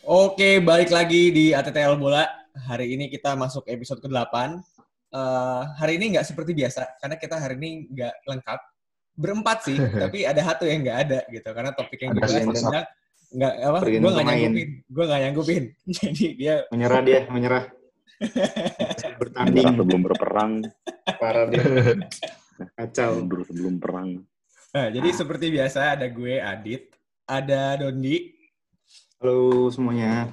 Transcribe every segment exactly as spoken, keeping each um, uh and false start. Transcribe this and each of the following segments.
Oke, balik lagi di A T T L Bola. Hari ini kita masuk episode kedelapan. Uh, hari ini nggak seperti biasa, karena kita hari ini nggak lengkap. Berempat sih, tapi ada satu yang nggak ada gitu. Karena topik yang Ada dibahas yang sedang nggak apa? Gue nggak nyanggupin, gue nggak nyanggupin. Jadi dia menyerah dia, menyerah. Bertanding menyerah sebelum berperang. Parah dia. Kacau. Mundur sebelum perang. Nah, jadi seperti biasa ada gue Adit, ada Dondi. Halo semuanya.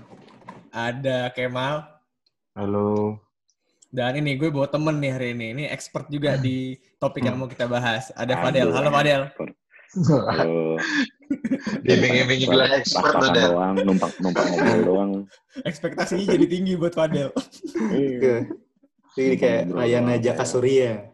Ada Kemal. Halo. Dan ini gue bawa temen nih hari ini. Ini expert juga di topik yang mau kita bahas. Ada Fadel. Halo Fadel. Halo. Iming-iming gelar expert udah. udah. Doang, numpang numpang ngobrol doang. Ekspektasinya jadi tinggi buat Fadel. Iya. Ini kayak Rayana Jaka Surya.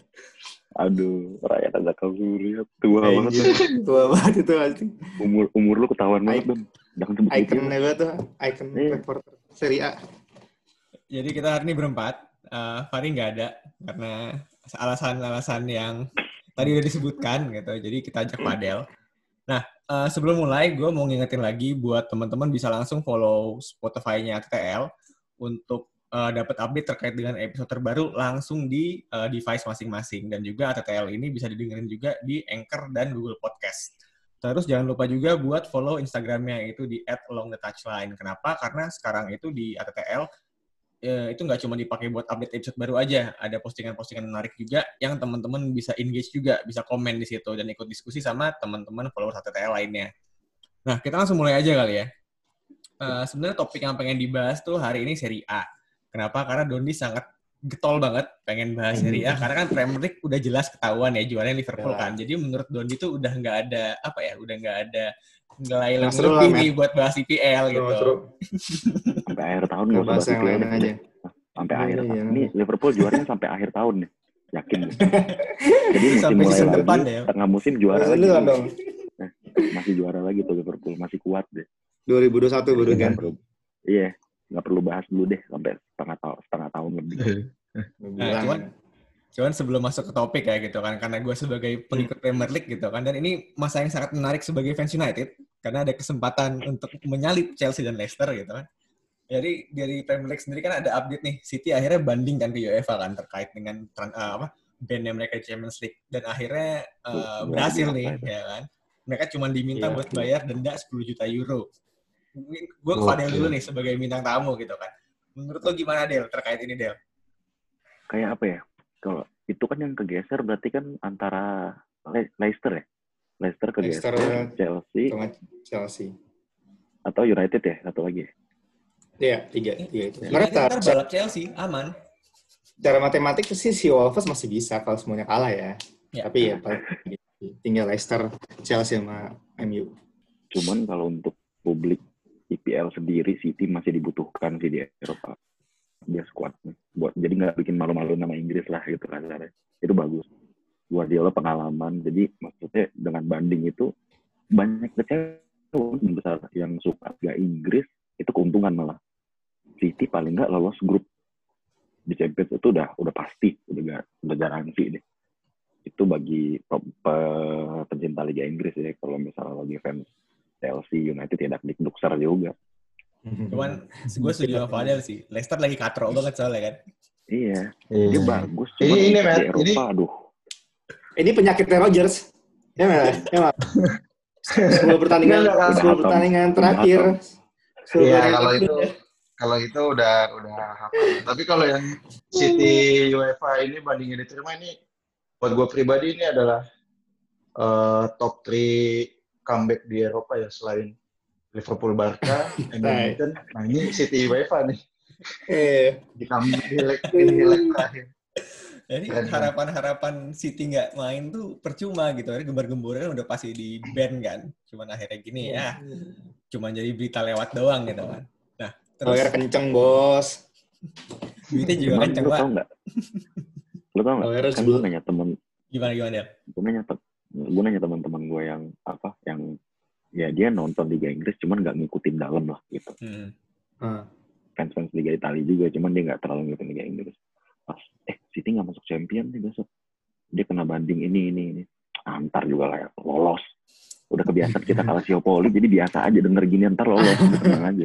Aduh, Rayana Jaka Surya tua banget. Tua banget itu asli. Umur umur lu ketahuan banget, Bang. Jangan sebut Ikonnya gue tuh, ikon reporter Serie A. Jadi kita hari ini berempat. Uh, Fari nggak ada karena alasan-alasan yang tadi udah disebutkan gitu. Jadi kita ajak Fadel. Nah, uh, sebelum mulai, gue mau ngingetin lagi buat teman-teman bisa langsung follow Spotify-nya A T T L untuk uh, dapat update terkait dengan episode terbaru langsung di uh, device masing-masing. Dan juga A T T L ini bisa didengerin juga di Anchor dan Google Podcast. Terus jangan lupa juga buat follow Instagramnya itu di at along the touchline. Kenapa? Karena sekarang itu di A T T L ya, itu nggak cuma dipakai buat update episode baru aja. Ada postingan-postingan menarik juga yang teman-teman bisa engage juga, bisa komen di situ dan ikut diskusi sama teman-teman followers A T T L lainnya. Nah, kita langsung mulai aja kali ya. Uh, sebenarnya topik yang pengen dibahas tuh hari ini Serie A. Kenapa? Karena Dondi sangat getol banget pengen bahas Serie A karena kan Premier League udah jelas ketahuan ya juaranya Liverpool kan. Jadi menurut Dondi tuh udah nggak ada apa ya, udah nggak ada nilai lebih nih buat bahas I P L gitu. Sampai akhir tahun nggak usah bahas I P L aja. Sampai akhir tahun. Ini Liverpool juaranya sampai akhir tahun nih. Yakin. Jadi musim mulai lagi, tengah musim juara lagi. Masih juara lagi tuh Liverpool, masih kuat deh. dua ribu dua puluh satu baru kan. Iya. Nggak perlu bahas dulu deh sampai setengah tahun setengah tahun lebih. Nah, cuman cuman sebelum masuk ke topik ya gitu kan, karena gue sebagai pengikut Premier League gitu kan, dan ini masa yang sangat menarik sebagai fans United karena ada kesempatan untuk menyalip Chelsea dan Leicester gitu kan. Jadi dari Premier League sendiri kan ada update nih, City akhirnya banding kan ke UEFA kan terkait dengan uh, apa ban-nya mereka di Champions League dan akhirnya uh, berhasil nih ya kan. Mereka cuma diminta yeah, buat bayar denda sepuluh juta euro. Gue ke Fadel dulu nih sebagai bintang tamu gitu kan. Menurut lo gimana Del terkait ini Del? Kayak apa ya? Kalau itu kan yang kegeser berarti kan antara Le- Leicester ya? Leicester kegeser, Leicester, Chelsea, Chelsea, atau United ya? Satu lagi ya? Iya, tiga. tiga itu. Mereka ntar balap Chelsea, aman. Secara matematik sih si Wolves masih bisa kalau semuanya kalah ya. ya. Tapi ya tinggal Leicester, Chelsea sama M U. Cuman kalau untuk publik I P L sendiri City masih dibutuhkan sih di Eropa. Dia squadnya buat jadi nggak bikin malu-malu nama Inggris lah gitu kasarnya. Itu bagus. Guardiola pengalaman. Jadi maksudnya dengan banding itu banyak kecewa besar yang suka gak Inggris itu keuntungan malah. City paling nggak lolos grup di Champions itu udah udah pasti udah gak, udah garansi deh. Itu bagi pencinta Liga Inggris ya kalau misalnya lagi fans Chelsea, United tidak dikdukser juga. Cuman gue setuju sama Fadel sih. Leicester lagi katro banget soalnya kan. Iya. Dia iya. Bagus. Cuma ini, ini, di Eropa, ini, aduh. Ini penyakitnya Rodgers. Ya nggak? Ya nggak? sepuluh pertandingan, sepuluh pertandingan terakhir. Iya, kalau itu kalau itu udah udah hafal. Tapi kalau yang City UEFA ini bandingin diterima ini buat gue pribadi ini adalah uh, top tiga comeback di Eropa ya selain Liverpool, Barca, M U. Nah ini City UEFA nih. Eh, di comeback hilek hilek terakhir. Jadi harapan-harapan City nggak main tuh percuma gitu. Akhirnya gembar-gembornya udah pasti di ban kan. Cuman akhirnya gini ya. Cuman jadi berita lewat doang gitu kan. Nah, terus akhirnya kenceng bos. Duitnya juga cuman kenceng, Pak. Lu Pak. tau nggak? Lu tau nggak? Kan gue nanya temen. Gimana gimana ya? Gue nanya gue nanya teman-teman gue yang apa yang ya dia nonton Liga Inggris cuman nggak ngikutin dalam lah gitu. Hmm. Hmm. Fans-fans Liga Italia juga cuman dia nggak terlalu ngikutin Liga Inggris. Pas eh City nggak masuk champion nih besok. Dia kena banding ini ini ini. Antar juga lah ya lolos. udah kebiasaan kita kalah Siopoli, jadi biasa aja denger gini ntar lolos, tenang aja.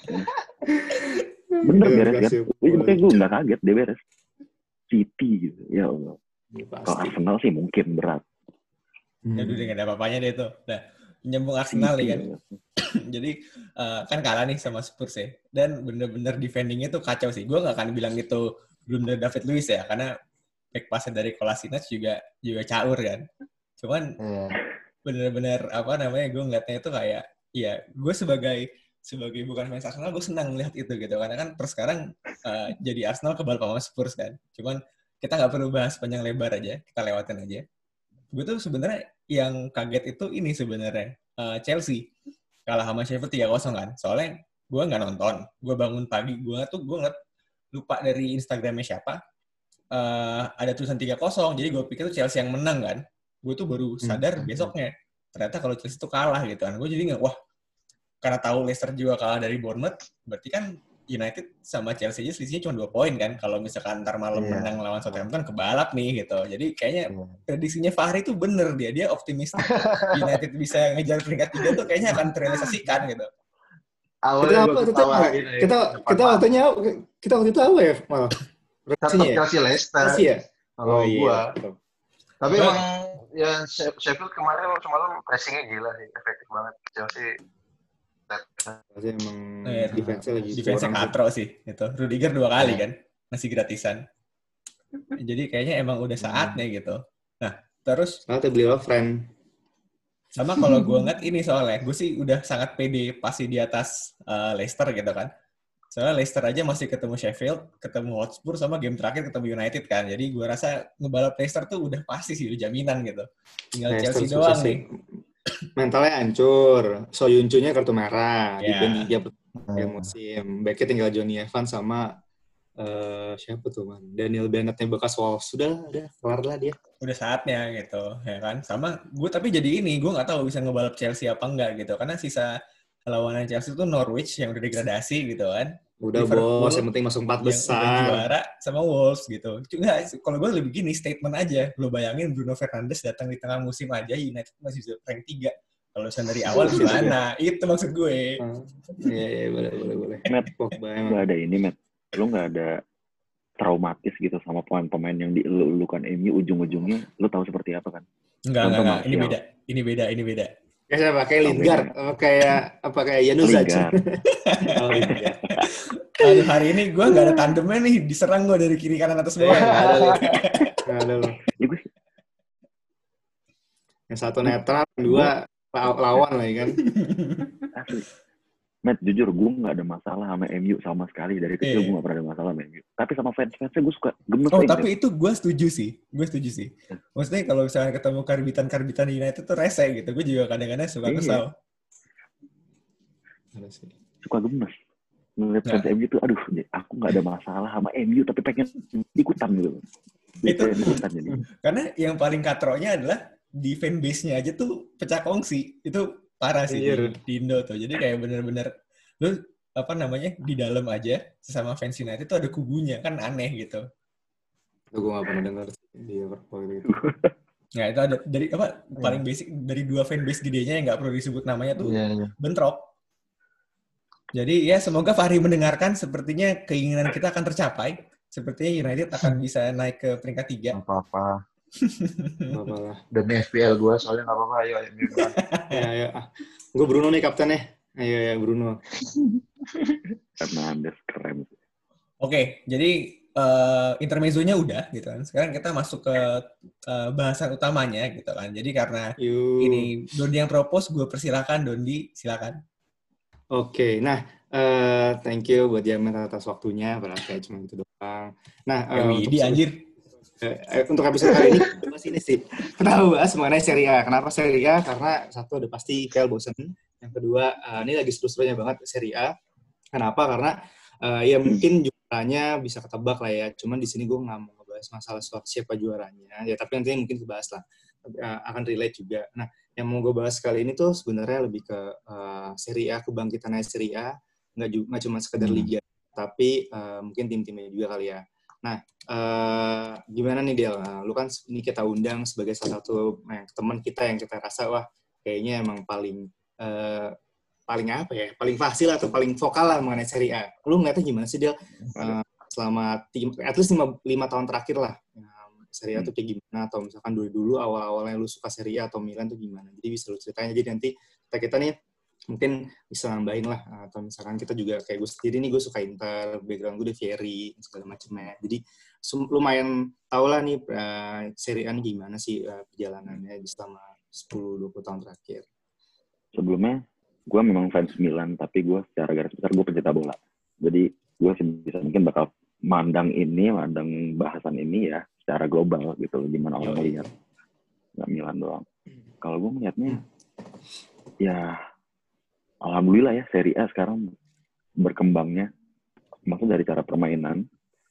Bener beres kan? Jadi makanya gue nggak kaget dia beres. City gitu, ya Allah. Kalau Arsenal sih mungkin berat. Hmm. Ya udah nggak ada apa-apanya deh tuh. Nah, nyambung Arsenal nih kan. Jadi uh, kan kalah nih sama Spurs ya. Dan bener-bener defendingnya tuh kacau sih. Gue nggak akan bilang itu blunder David Luiz ya, karena back pass dari Kolasinac juga juga caur kan. Cuman yeah. bener-bener apa namanya gue ngeliatnya itu kayak, ya gue sebagai sebagai bukan fans Arsenal gue senang melihat itu gitu. Karena kan per sekarang uh, jadi Arsenal kebal sama Spurs kan. Cuman kita nggak perlu bahas panjang lebar aja, kita lewatin aja. Gue tuh sebenarnya yang kaget itu ini sebenarnya uh, Chelsea kalah sama Sheffield tiga kosong kan. Soalnya gue nggak nonton, gue bangun pagi, gue tuh gue ngeliat lupa dari Instagramnya siapa, uh, ada tulisan tiga kosong, jadi gue pikir tuh Chelsea yang menang kan. Gue tuh baru sadar hmm. besoknya ternyata kalau Chelsea tuh kalah gitu kan. Gue jadi nggak, wah karena tahu Leicester juga kalah dari Bournemouth, berarti kan United sama Chelsea aja selisihnya cuma dua poin kan. Kalau misalkan ntar malam yeah. menang lawan Southampton kebalap nih gitu. Jadi kayaknya yeah. prediksinya Fahri tuh bener dia. Dia optimis United bisa ngejar peringkat tiga tuh kayaknya akan terrealisasikan gitu. Awalnya kita waktu itu kita kita waktunya kita waktu itu apa ya malah? Chelsea Leicester. Ya? Kalau oh, gua. Iya. Tapi emang ya Sheffield kemarin semalam pressingnya gila sih, efektif banget. Chelsea Chelsea emang eh, defense-nya lagi defense-nya katro sih itu. Rudiger dua kali kan masih gratisan. Jadi kayaknya emang udah saatnya gitu. Nah, terus saatnya beli friend. Sama kalau gue ngeliat ini soalnya, gue sih udah sangat pede pasti di atas uh, Leicester gitu kan. Soalnya Leicester aja masih ketemu Sheffield, ketemu Hotspur, sama game terakhir ketemu United kan. Jadi gue rasa ngebalap Leicester tuh udah pasti sih, udah jaminan gitu. Tinggal Leicester Chelsea doang nih. Mentalnya hancur, Soyuncu-nya kartu merah, yeah. di band tiga musim. Backnya tinggal Johnny Evans sama Uh, siapa tuh man? Daniel Bennett-nya bekas Wolves. Sudah, udah kelar lah dia. Udah saatnya gitu, ya kan? Sama gue tapi jadi ini, gue nggak tahu bisa ngebalap Chelsea apa enggak gitu. Karena sisa lawanan Chelsea itu Norwich yang udah degradasi gitu kan. Udah bos, yang penting masuk empat besar. Yang udah juara sama Wolves gitu. Nggak, kalau gue lebih gini, statement aja. Lo bayangin Bruno Fernandes datang di tengah musim aja, United masih rank tiga. Kalau misalnya dari awal gimana? Itu maksud gue. Iya, iya, boleh, boleh, boleh. Matt, nggak ada ini, Matt. Lu nggak ada traumatis gitu sama pemain-pemain yang dielu-elukan M U ujung-ujungnya, lu tahu seperti apa kan? Enggak, enggak, enggak. Ini beda, ini beda, ini beda. Kayak siapa? Kayak Lingard, oh, kayak apa kayak Januzaj. Oh, Lingard. Aduh, hari ini gue nggak ada tandemnya nih, diserang gue dari kiri kanan atas bawah. Nggak ada, nggak ada loh. Yang satu netral, dua lawan lah kan. Asli. Matt, jujur, gue nggak ada masalah sama M U sama sekali. Dari kecil yeah. gue nggak pernah ada masalah sama M U. Tapi sama fans-fansnya gue suka gemes. Oh, tapi gitu. Itu gue setuju sih. Gue setuju sih. Maksudnya kalau misalnya ketemu karbitan-karbitan United tuh rese gitu. Gue juga kadang-kadang suka kesal. Iya. Suka gemes. Ngeliat fans nah. M U tuh, aduh, aku nggak ada masalah sama M U, tapi pengen ikutan gitu. Itu ikutan jadi. Karena yang paling katronya adalah di fanbase-nya aja tuh pecah kongsi. Itu parah sih di, di Indo tuh. Jadi kayak bener-bener lu apa namanya di dalam aja sesama fans United tuh ada kubunya, kan aneh gitu. Itu gue gak pernah dengar di Liverpool gitu. Nah itu ada dari apa yeah. paling basic dari dua fanbase gedenya yang nggak perlu disebut namanya tuh yeah, yeah. bentrok. Jadi ya semoga Fahri mendengarkan. Sepertinya keinginan kita akan tercapai. Sepertinya United akan bisa naik ke peringkat tiga. Apa-apa. Apa lah. Demi F P L gue soalnya nggak apa-apa. Ayo, ayo. Ya, ayo. Gue Bruno nih kaptennya. Ayo, ya Bruno. Fernandes keren. Oke, jadi uh, intermezzonya udah gitu kan. Sekarang kita masuk ke uh, bahasan utamanya gitu kan. Jadi karena Yuh. ini Dondi yang propose, gue persilakan Dondi, silakan. Oke, nah uh, thank you buat Jamin atas waktunya. Berarti kayak cuma itu doang. Nah, uh, untuk anjir. Eh, untuk episode kali ini bahas ini sih. Kenapa bahas mengenai Serie A? Kenapa Serie A? Karena satu udah pasti P L bosen. Yang kedua, uh, ini lagi seru-serunya banget Serie A. Kenapa? Karena uh, ya mungkin juaranya bisa ketebak lah ya. Cuman di sini gue nggak mau ngebahas masalah siapa juaranya. Ya tapi nantinya mungkin dibahas lah. Uh, akan relate juga. Nah, yang mau gue bahas kali ini tuh sebenarnya lebih ke uh, Serie A, kebangkitannya Serie A. Nggak, nggak cuma sekedar liga, tapi uh, mungkin tim-timnya juga kali ya. Nah, uh, gimana nih Del? Nah, lu kan ini kita undang sebagai salah satu eh, teman kita yang kita rasa wah kayaknya emang paling uh, paling apa ya, paling fasil atau paling vokal lah mengenai Serie A. Lu ngeliatnya gimana sih Del? Uh, selama tim, at least lima, lima tahun terakhir lah, um, Serie A tuh kayak gimana? Atau misalkan dulu-dulu awal-awalnya lu suka Serie A atau Milan tuh gimana? Jadi bisa lu ceritain. Jadi nanti kita kita nih mungkin bisa nambahin lah, atau misalkan kita juga kayak gue sendiri nih, gue suka Inter, background gue di Fieri, segala macamnya. Jadi lumayan tau lah nih uh, Serie A nih gimana sih uh, perjalanannya selama sepuluh dua puluh tahun terakhir. Sebelumnya, gue memang fans Milan, tapi gue secara garis besar gue pencinta bola. Jadi gue bisa mungkin bakal mandang ini, mandang bahasan ini ya secara global gitu, gimana orang melihat. Nggak Milan doang. Kalau gue melihatnya, ya alhamdulillah ya Serie A sekarang berkembangnya, maksud dari cara permainan,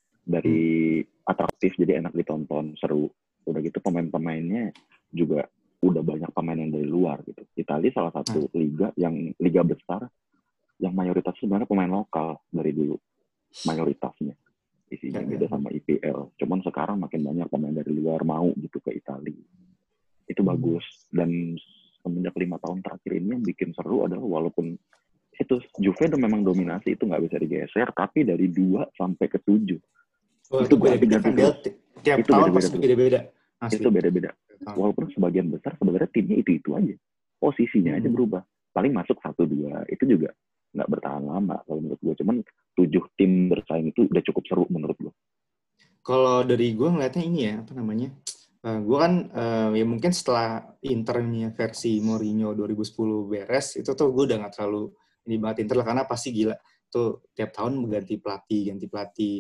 dari atraktif jadi enak ditonton, seru. Udah gitu pemain-pemainnya juga udah banyak pemain yang dari luar gitu. Italia salah satu liga yang liga besar yang mayoritas sebenarnya pemain lokal dari dulu, mayoritasnya isinya beda sama I P L. Cuman sekarang makin banyak pemain dari luar mau gitu ke Italia. Itu bagus. Dan semenjak lima tahun terakhir ini yang bikin seru adalah walaupun itu Juve udah memang dominasi, itu nggak bisa digeser, tapi dari dua sampai ke tujuh oh, itu beda-beda kan Del, tiap itu tahun beda-beda pasti beda-beda. Asli. Itu beda-beda. Walaupun sebagian besar sebenarnya timnya itu-itu aja, posisinya hmm. aja berubah, paling masuk satu dua, itu juga nggak bertahan lama kalau menurut gue. Cuman tujuh tim bersaing itu udah cukup seru menurut gue. Kalau dari gue ngeliatnya ini ya, apa namanya, Uh, gue kan uh, ya mungkin setelah Internya versi Mourinho dua ribu sepuluh beres, itu tuh gue udah gak terlalu ini banget Inter lah, karena pasti gila tuh tiap tahun ganti pelatih, ganti pelatih,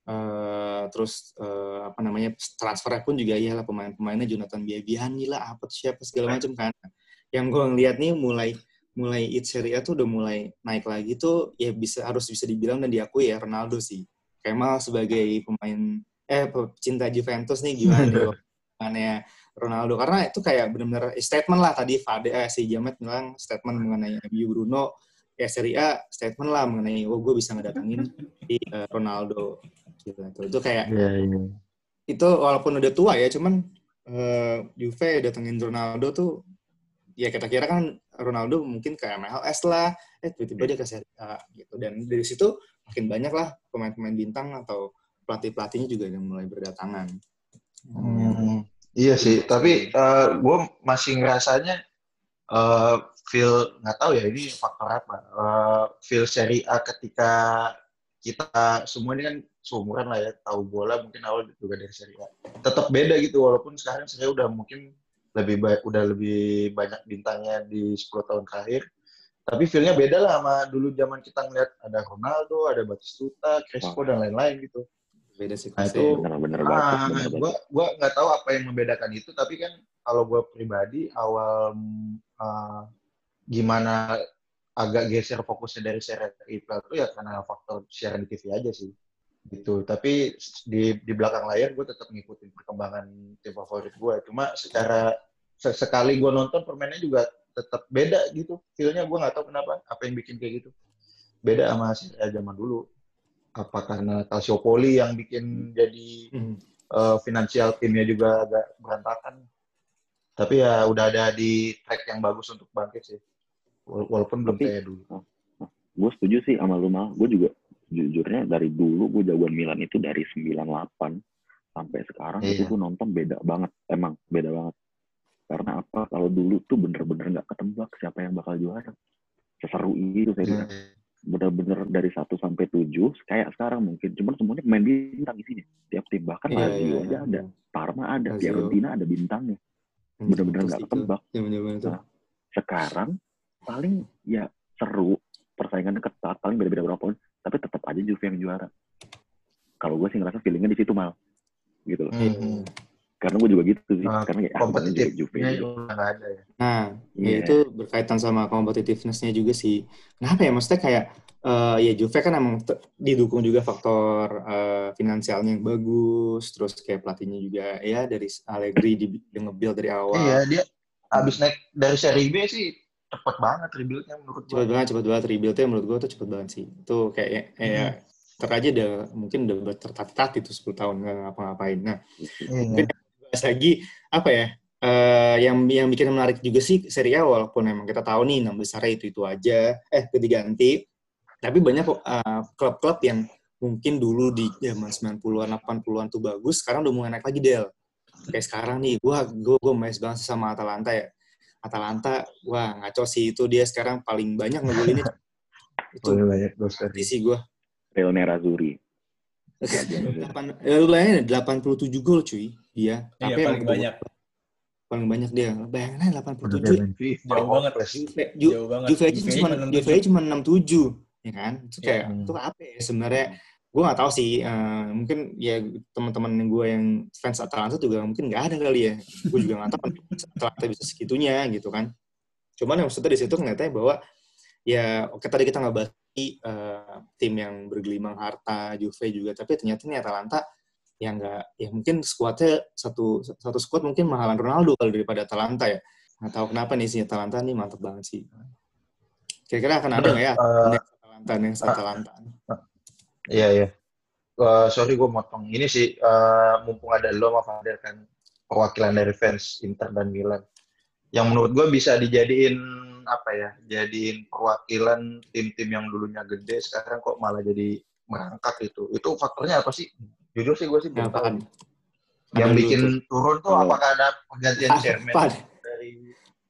uh, terus uh, apa namanya transfernya pun juga iyalah, pemain-pemainnya Jonathan Biabiani lah, apa tuh siapa segala macam kan. Yang gue ngeliat nih mulai mulai it Serie A tuh udah mulai naik lagi tuh, ya bisa harus bisa dibilang dan diakui ya Ronaldo sih. Kemal sebagai pemain eh pecinta Juventus nih gimana nih? Mengenai Ronaldo, karena itu kayak benar-benar statement lah. Tadi Fade, eh, si Jamet bilang statement mengenai M U Bruno, ya Serie A statement lah mengenai oh gue bisa ngedatengin si uh, Ronaldo gitu. Itu kayak yeah, yeah. Itu walaupun udah tua ya, cuman uh, Juve datengin Ronaldo tuh ya kita kira kan Ronaldo mungkin ke M L S lah, eh tiba-tiba dia ke Serie A gitu. Dan dari situ makin banyak lah pemain-pemain bintang atau pelatih-pelatihnya juga yang mulai berdatangan. Hmm, iya sih, tapi uh, gue masih ngerasanya uh, feel, nggak tahu ya ini faktor apa, uh, feel Serie A ketika kita semua ini kan seumuran lah ya, tahu bola mungkin awal juga dari Serie A. Tetap beda gitu, walaupun sekarang saya udah mungkin lebih baik, udah lebih banyak bintangnya di sepuluh tahun terakhir, tapi feel-nya beda lah sama dulu zaman kita ngeliat ada Ronaldo, ada Batistuta, Crespo, oh. dan lain-lain gitu. Beda sih. Nah itu, bener-bener ah, gue gue nggak tahu apa yang membedakan itu, tapi kan kalau gue pribadi awal uh, gimana agak geser fokusnya dari Serie A itu ya karena faktor siaran di T V aja sih, gitu. Tapi di di belakang layar gue tetap ngikutin perkembangan tim favorit gue. Cuma secara sekali gue nonton permainannya juga tetap beda gitu, feel-nya gue nggak tahu kenapa, apa yang bikin kayak gitu, beda sama Serie A zaman dulu. Apa karena Calciopoli yang bikin jadi hmm. uh, finansial timnya juga agak berantakan. Tapi ya udah ada di track yang bagus untuk bangkit sih. Wala- walaupun belum kayak dulu. Gue setuju sih sama lu Mal. Gue juga jujurnya dari dulu gue jagoan Milan itu dari sembilan puluh delapan sampai sekarang yeah. itu gue nonton beda banget. Emang beda banget. Karena apa? Kalau dulu tuh bener-bener gak ketebak siapa yang bakal juara. Seseru itu Serie A. Yeah. Bener-bener dari satu sampai tujuh kayak sekarang mungkin, cuman semuanya main bintang isinya tiap tim, bahkan yeah, Lazio yeah, aja yeah. ada, Parma ada, Lazio. Fiorentina ada bintangnya, bener-bener nggak ketebak. Nah, sekarang paling ya seru, persaingan ketat, paling beda-beda berapa poin, tapi tetap aja Juve yang juara. Kalau gue sih ngerasa feelingnya di situ Mal, gitu loh. Mm-hmm. Karena gue juga gitu sih, nah, karena ya kompetitifnya juga nggak ada ya. Nah, yeah. ya itu berkaitan sama competitiveness-nya juga sih. Kenapa ya? Maksudnya kayak, uh, ya Juve kan emang t- didukung juga faktor uh, finansialnya yang bagus, terus kayak pelatihnya juga ya dari Allegri di, di nge-build dari awal. Iya, dia abis naik dari Serie B sih cepet banget rebuild-nya menurut gue. Cepet banget, cepet banget rebuild-nya menurut gue tuh cepet banget sih. Itu kayak, kayak hmm. teraja udah mungkin udah tertati-tati tuh sepuluh tahun nggak ngapa-ngapain. Nah, hmm. mungkin lagi apa ya uh, yang yang bikin menarik juga sih Serie A, walaupun memang kita tahu nih enam besarnya itu itu aja, eh diganti, tapi banyak uh, klub-klub yang mungkin dulu di zaman sembilan puluhan delapan puluhan tuh bagus, sekarang udah mulai naik lagi Del. Kayak sekarang nih, gue gue gue amazed banget sama Atalanta ya. Atalanta, wah ngaco sih itu, dia sekarang paling banyak ngegolinnya. Itu paling banyak dosen sih gue. Real Nerazzurri. delapan puluh tujuh gol cuy dia. Iya, Tapi paling banyak. Paling banyak dia. Bayangin aja delapan puluh tujuh. Jauh banget. Juve, Ju, Jauh banget. Juve aja cuma Juve aja cuma enam puluh tujuh, ya kan? Itu kayak yeah. itu apa ya sebenarnya? Gue nggak tahu sih. Uh, mungkin ya teman-teman gue yang fans Atalanta juga mungkin nggak ada kali ya. Gue juga nggak tahu Atalanta bisa segitunya gitu kan. Cuman yang maksudnya di situ ngeliatnya bahwa ya oke tadi kita nggak bahas uh, tim yang bergelimang harta Juve juga, tapi ternyata nih Atalanta yang nggak, ya mungkin skuadnya satu satu skuad mungkin mahalan Ronaldo kalau daripada Atalanta ya. Nggak tahu kenapa nih si Atalanta nih mantep banget sih. Kira-kira akan ada nggak ya uh, Atalanta yang Atalanta? Uh, iya iya. Uh, sorry gue motong. Ini sih uh, mumpung ada lo sama Fadel kan perwakilan dari fans Inter dan Milan. Yang menurut gue bisa dijadiin apa ya? Jadiin perwakilan tim-tim yang dulunya gede sekarang kok malah jadi merangkak itu. Itu faktornya apa sih? Jujur sih gue sih belum tahu. Yang bikin itu turun tuh oh. apakah ada pergantian chairman dari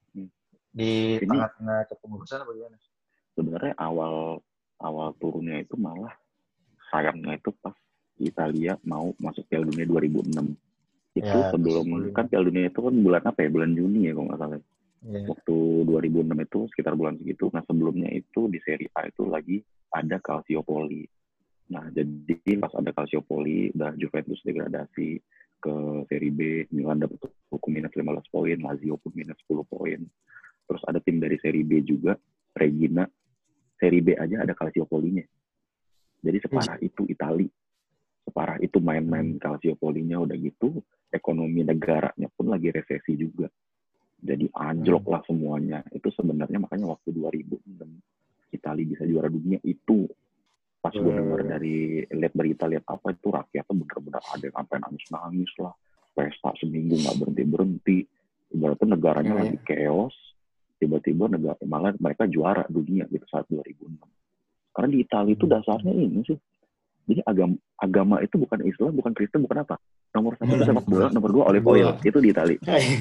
di tengah-tengah kepengurusan apa gimana? Sebenarnya awal awal turunnya itu malah sayangnya itu pas Italia mau masuk Piala Dunia dua ribu enam. Itu ya, sebelum sebelum. Kan Piala Dunia itu kan bulan apa ya? Bulan Juni ya kalau nggak salah. Ya. Waktu dua ribu enam itu sekitar bulan segitu. Nah sebelumnya itu di Serie A itu lagi ada Calciopoli. Nah, jadi pas ada Calciopoli, udah Juventus degradasi ke Serie B, Milan dapat hukum minus lima belas poin, Lazio pun minus sepuluh poin. Terus ada tim dari Serie B juga, Regina. Serie B aja ada Calciopolinya. Jadi separah itu Itali. Separah itu main-main Calciopolinya udah gitu, ekonomi negaranya pun lagi resesi juga. Jadi anjlok lah semuanya. Itu sebenarnya makanya waktu dua ribu enam Itali bisa juara dunia itu pas gue dengar dari lihat berita lihat apa itu rakyatnya bener-bener ada yang sampai nangis-nangis lah, pesta seminggu nggak berhenti berhenti, ibaratnya negaranya yeah, lagi chaos, tiba-tiba negara malah mereka juara dunia gitu saat dua ribu enam. Karena di Italia itu dasarnya ini sih, jadi agama agama itu bukan Islam, bukan Kristen, bukan apa, nomor satu itu sepak bola, nomor dua olive oil, itu di Italia.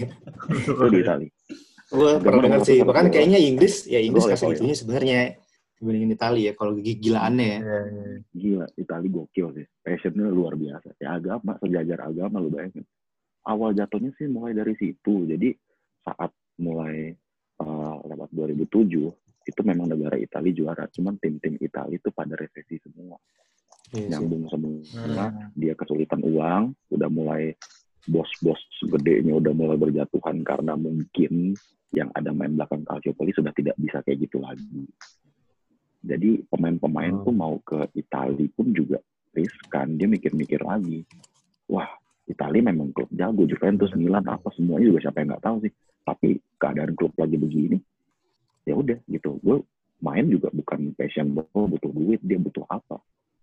Itu di Italia. Gue pernah dengar sih, bahkan kayaknya Inggris ya Inggris kasih itunya sebenarnya dibandingin Italia ya, kalau gilaannya ya. Gila, Italia gokil sih. Passionnya luar biasa. Ya agama, sejajar agama lu bayangin. Awal jatuhnya sih mulai dari situ. Jadi saat mulai uh, lewat dua ribu tujuh, itu memang negara Italia juara. Cuman tim-tim Italia itu pada resesi semua. Yes, nyambung semua. Hmm. Dia kesulitan uang, udah mulai bos-bos gedenya udah mulai berjatuhan karena mungkin yang ada main belakang Calciopoli sudah tidak bisa kayak gitu lagi. Jadi pemain-pemain hmm. tuh mau ke Italia pun juga riskan. Dia mikir-mikir lagi. Wah, Italia memang klub jago. Juventus, Milan, apa semuanya juga siapa yang nggak tahu sih. Tapi keadaan klub lagi begini, ya udah gitu. Gue main juga bukan passion, oh, butuh duit, dia butuh apa.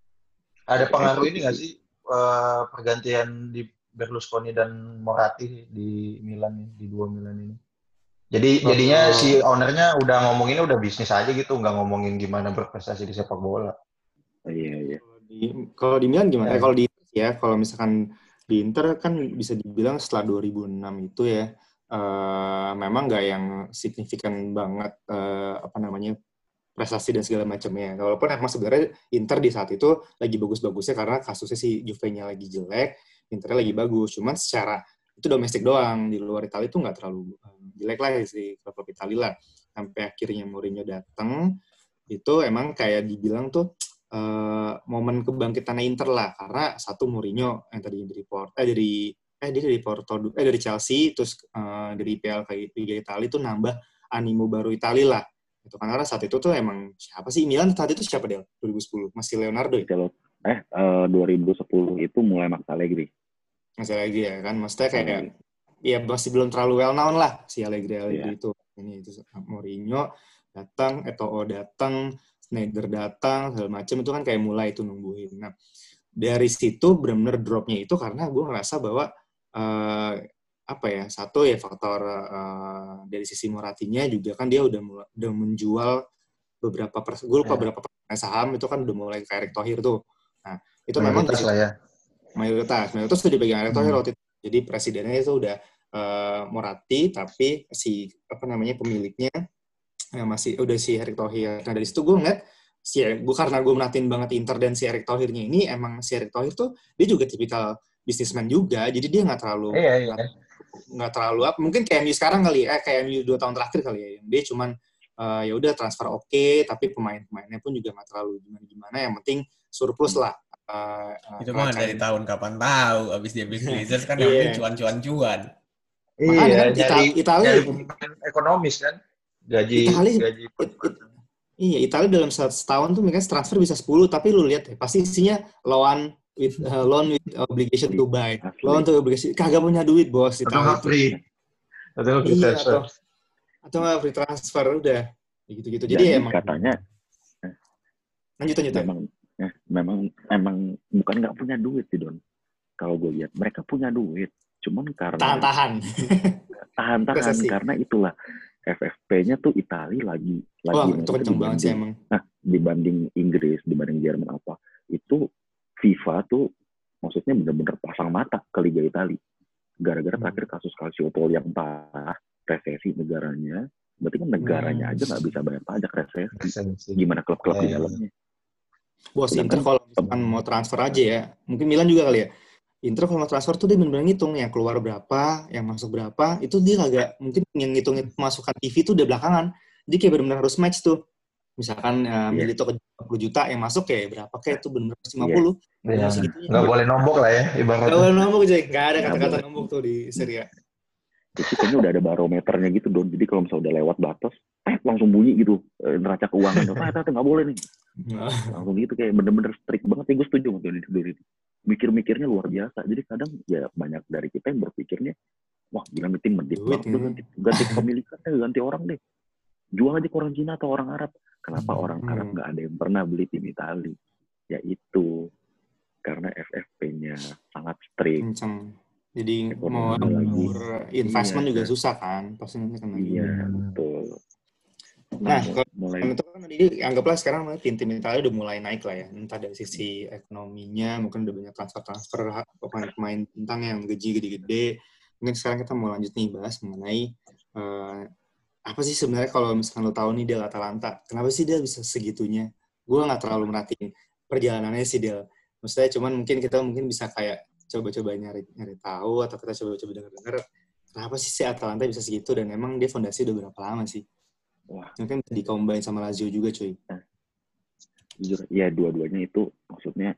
Ada pengaruh ini nggak sih uh, pergantian di Berlusconi dan Moratti di Milan, di dua Milan ini? Jadi oh, jadinya oh. si ownernya udah ngomonginnya udah bisnis aja gitu, nggak ngomongin gimana berprestasi di sepak bola. Iya iya. Kalau di Milan gimana? Ya. Eh, kalau di ya kalau misalkan di Inter kan bisa dibilang setelah dua ribu enam itu ya uh, memang nggak yang signifikan banget uh, apa namanya prestasi dan segala macamnya. Walaupun emang sebenarnya Inter di saat itu lagi bagus-bagusnya karena kasusnya si Juve-nya lagi jelek, Internya lagi bagus. Cuman secara itu domestik doang, di luar Italia itu nggak terlalu um, jelek lah sih klub Italia lah. Sampai akhirnya Mourinho datang, itu emang kayak dibilang tuh uh, momen kebangkitan Inter lah, karena satu Mourinho yang tadinya dari Porto, eh dari eh dia dari Porto, eh dari Chelsea, terus uh, dari P L kayak Liga Italia itu nambah animo baru Italia lah. Itu kan karena saat itu tuh emang siapa sih Milan saat itu siapa Del? dua ribu sepuluh masih Leonardo ya? Eh uh, dua ribu sepuluh itu mulai Max Allegri. Masih lagi ya kan, maksudnya kayak hmm. ya masih belum terlalu well known lah si Allegri Allegri yeah. itu. Ini itu Mourinho datang, Eto'o datang, Sneijder datang, segala macam itu kan kayak mulai itu nungguin. Nah dari situ benar-benar dropnya itu karena gue ngerasa bahwa uh, apa ya, satu ya faktor uh, dari sisi Moratinya juga kan dia udah mula, udah menjual beberapa pers- gue lupa Ya. berapa persen saham itu kan udah mulai ke Erick Thohir tuh. Nah itu memang Mayoritas lah ya. mayoritas mayoritas udah dipegang Erick Thohir Hmm. waktu itu. Jadi presidennya itu udah uh, Morati, tapi si apa namanya pemiliknya ya masih udah si Erick Thohir. Nah dari situ gue ngeliat si gue karena gue merhatiin banget Inter dan si Erick Thohirnya ini, emang si Erick Thohir tuh dia juga tipikal bisnismen juga, jadi dia nggak terlalu Iya, iya. nggak terlalu apa, mungkin kayak M U sekarang kali ya, eh, kayak M U dua tahun terakhir kali ya, dia cuman uh, ya udah transfer oke, okay, tapi pemain-pemainnya pun juga nggak terlalu gimana-gimana, yang penting surplus lah. Uh, uh, itu mah dari tahun kapan tahu, abis dia beli Blazers kan yang penting cuan-cuan-cuan. Makanya Iya, kan nyari, Itali, nyari pemain ekonomis kan, gaji Itali, gaji. it, it, iya Itali dalam setahun tuh mereka transfer bisa sepuluh, tapi lu lihat ya pasti isinya loan with uh, loan with obligation to buy, loan to obligation, kagak punya duit bos Atau Itali nggak free, atau nggak free iya, transfer. atau atau nggak free transfer udah gitu-gitu. Jadi, Jadi emang katanya lanjut lanjut memang eh, memang emang bukan nggak punya duit sih Don. Kalau gue lihat mereka punya duit, cuman karena tahan-tahan tahan-tahan karena itulah F F P-nya tuh Itali lagi lagi oh, itu kenceng banget sih emang. Nah, dibanding Inggris, dibanding Jerman apa, itu FIFA tuh maksudnya benar-benar pasang mata ke Liga Itali. Gara-gara hmm. terakhir kasus Calciopoli yang parah, resesi negaranya, berarti kan negaranya hmm. aja nggak bisa bayar pajak resesi. Gimana klub-klub yeah. di dalamnya? Bos, Inter kalau misalkan mau transfer aja ya, mungkin Milan juga kali ya. Inter kalau mau transfer tuh dia benar-benar ngitung yang keluar berapa, yang masuk berapa, itu dia agak mungkin yang ngitung masukan T V tuh udah belakangan. Jadi kayak benar-benar harus match tuh. Misalkan uh, yeah. Milito ke dua puluh juta, yang masuk kayak berapa kayak itu benar-benar lima puluh. Yeah. Yeah. Nggak boleh nombok lah ya ibaratnya. Nggak boleh nombok aja, nggak ada kata-kata nombok tuh di Serie A. Itu kayaknya udah ada barometernya gitu Don. Jadi kalau misalnya udah lewat batas, eh langsung bunyi gitu neraca keuangan. Ah, itu nggak boleh nih. Langsung gitu kayak bener-bener strict banget. Ya, gue setuju sama Don itu. Mikir-mikirnya luar biasa. Jadi kadang ya banyak dari kita yang berpikirnya, wah gila tim medit banget, ya. ganti, ganti kepemilikannya, ganti orang deh. Jual aja ke orang Cina atau orang Arab. Kenapa hmm. orang Arab nggak ada yang pernah beli tim Itali? Ya itu karena F F P-nya sangat strict. Kenceng. Jadi mau ngurus investment iya, juga susah kan, pasti nanti kan lagi. Iya, betul. Nah, kalau mulai itu kan tadi anggaplah sekarang tim-tim Italia udah mulai naik lah ya, entah dari sisi ekonominya, mungkin udah banyak transfer-transfer pemain-pemain bintang yang gaji gede-gede. Mungkin sekarang kita mau lanjut nih bahas mengenai uh, apa sih sebenarnya kalau misalkan lo tahu nih Del Atalanta, kenapa sih dia bisa segitunya? Gue nggak terlalu merhatiin perjalanannya sih Del. Maksudnya cuman mungkin kita mungkin bisa kayak coba-coba nyari nyari tahu atau kita coba-coba dengar-dengar kenapa sih si Atalanta bisa segitu dan emang dia fondasi udah berapa lama sih? Wah, mungkin bisa dicombine sama Lazio juga cuy. Nah, jujur, ya dua-duanya itu maksudnya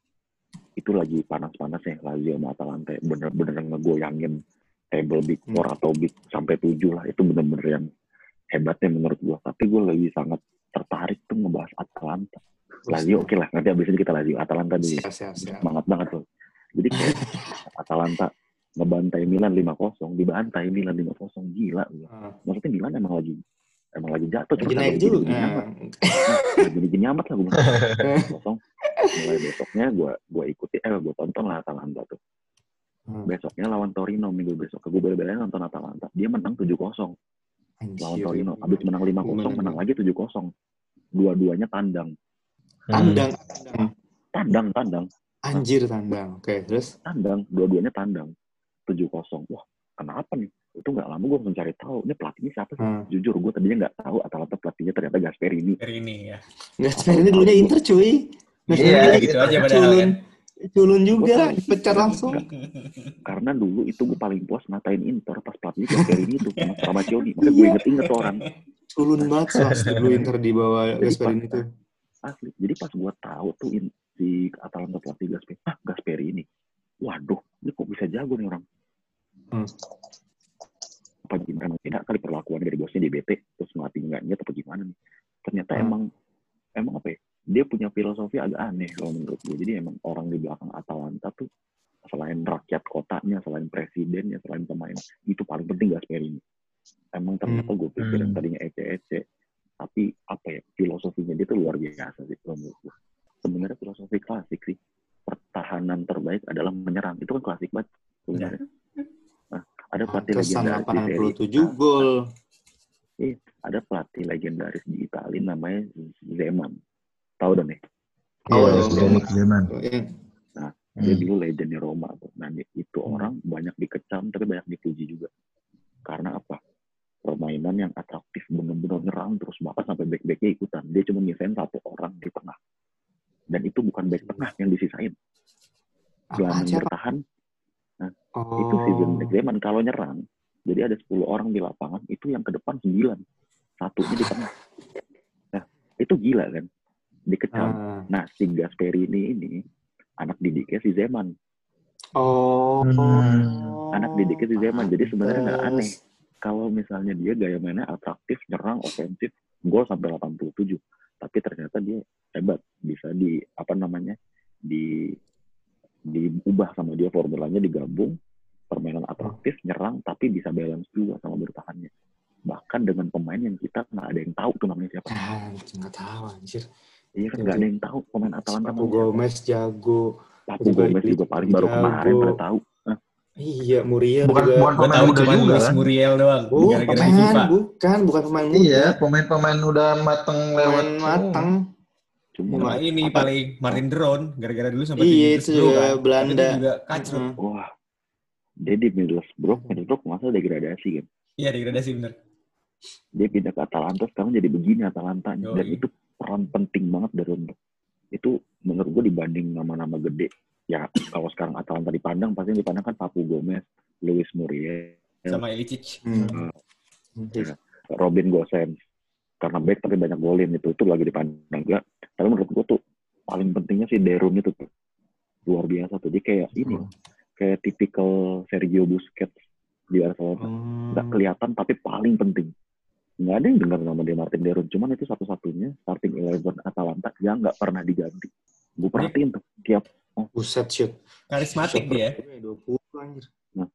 itu lagi panas-panasnya Lazio sama Atalanta bener-bener ngegoyangin table big four hmm. atau big sampai tujuh lah, itu bener-bener yang hebatnya menurut gue. Tapi gue lebih sangat tertarik tuh ngebahas Atalanta. Lazio oke okay lah, nanti abis ini kita Lazio. Atalanta dulu. Siap, siap, siap. Semangat banget tuh. Jadi kayak Atalanta ngebantai Milan lima kosong, dibantai Milan lima kosong, gila. Uh. Maksudnya Milan emang lagi emang lagi jatuh, cuma naik juga. Gini amat. Gini-gini amat lah gue. Kosong. Mulai besoknya gue gue ikuti, eh gue tonton lah Atalanta tuh. Hmm. Besoknya lawan Torino, minggu besok. Gue bela-belain nonton Atalanta. Dia menang tujuh kosong. Lawan Torino. Habis menang lima kosong, menang lagi tujuh kosong. Dua-duanya tandang. Tandang. Hmm. Tandang, tandang. Anjir tandang. Oke, okay, terus? Tandang. Dua-duanya tandang. tujuh kosong. Wah, kenapa nih? Itu nggak lama gue mencari tahu. Ini pelatihnya siapa sih? Hmm. Jujur, gue tadinya nggak tahu Atalanta pelatihnya ternyata Gasperini. Gasperini ya. Gasperini dulunya Inter cuy. Iya, gitu aja padahal kan. Culun juga, pecat langsung. Karena dulu itu gue paling puas ngatain Inter pas pelatihnya Gasperini itu sama Stramaccioni. Makanya gue inget-inget orang. Culun banget sih dulu Inter di bawah Gasperini itu. Asli. Jadi pas gue tahu tuh si Atalanta pelatih Gasperini, ah Gasperini. Waduh, ini kok bisa jago nih orang. Hmm. Apa gimana? Tidak kali perlakuan dari bosnya di B T terus ngelatih enggaknya atau gimana nih? Ternyata hmm. emang emang apa ya? Dia punya filosofi agak aneh kalau menurut gue. Jadi emang orang di belakang Atalanta tuh selain rakyat kotanya, selain presidennya, selain pemain, itu paling penting Gasperini. Emang ternyata gue pikir yang tadinya ece-ece, tapi apa ya, filosofinya dia tuh luar biasa sih kalau menurut gue. Sebenarnya filosofi klasik sih. Pertahanan terbaik adalah menyerang. Itu kan klasik banget sebenarnya. Nah, ada pelatih Pantesan legendaris di delapan Serie puluh A. tujuh gol. Eh, ada pelatih legendaris di Italia namanya Zeman. Tahu dong nih? Tahu Iya, dong. Zdeněk Zeman. Nah, Hmm. dia dulu legendnya Roma tuh. Nah, itu Hmm. orang banyak dikecam tapi banyak dipuji juga. Karena apa? Permainan yang atraktif, benar-benar nyerang terus bahkan sampai back-backnya ikutan. Dia cuma nyisain satu orang di tengah. Dan itu bukan back tengah yang disisain. Gelandang siapa? bertahan. Nah, Oh. itu si Zdeněk Zeman kalau nyerang. Jadi ada sepuluh orang di lapangan, itu yang ke depan sembilan. Satunya di tengah. Nah, itu gila kan? Dikecam. Ah. Nah, si Gasperini ini anak didiknya si Zeman. Oh. Hmm. Anak didiknya si Zeman. Jadi sebenarnya nggak Pantes. aneh. Kalau misalnya dia gaya mainnya atraktif, nyerang, ofensif, gol sampai delapan puluh tujuh. Tapi ternyata dia hebat. Bisa di, apa namanya, di diubah sama dia formulanya, digabung. Permainan atraktif, nyerang, tapi bisa balance juga sama bertahannya. Bahkan dengan pemain yang kita nggak ada yang tahu tuh namanya siapa. Ah, nggak tahu anjir. Iya kan, nggak ada yang tahu pemain Atalanta Papu namanya siapa. Gomez jago. Papu Gomez juga paling baru jago. kemarin pada tahu. Nah, Iya, Muriel Bukan juga. bukan Gue pemain tahu muda cuma juga Luis kan? Muriel doang. Oh, Gara-gara di bukan, FIFA. bukan, bukan pemain muda. Iya, pemain-pemain udah mateng lewat Pemain matang. cuma Cuma ini apa? paling Martin Deron. Gara-gara dulu sempat Iya, di itu Middlesbrough juga kan. Belanda. Tapi itu juga kacrut. Uh-uh. Wah, dia di Middlesbrough, Middlesbrough masa degradasi kan. Iya, degradasi bener. Dia pindah ke Atalanta, sekarang jadi begini Atalantanya. Dan Yoi. itu peran penting banget dari untuk. Itu menurut gue dibanding nama-nama gede. Ya, kalau sekarang Atalanta dipandang, pasti dipandang kan Papu Gomez, Luis Muriel, Sama Ilicic. Hmm. ya, Robin Gosens. Karena back tapi banyak golin itu. Itu lagi dipandang juga. Tapi menurut gue tuh, paling pentingnya sih Derun itu tuh. Luar biasa tuh. Dia kayak ini. Kayak tipikal Sergio Busquets di Barcelona. Nggak kelihatan tapi paling penting. Nggak ada yang dengar nama dia Martin Derun. Cuman itu satu-satunya starting eleven Atalanta yang nggak pernah diganti. Gue perhatiin tuh. Tiap. Oh. Buset shoot. Karismatik dia. dua puluh anjir. Nah.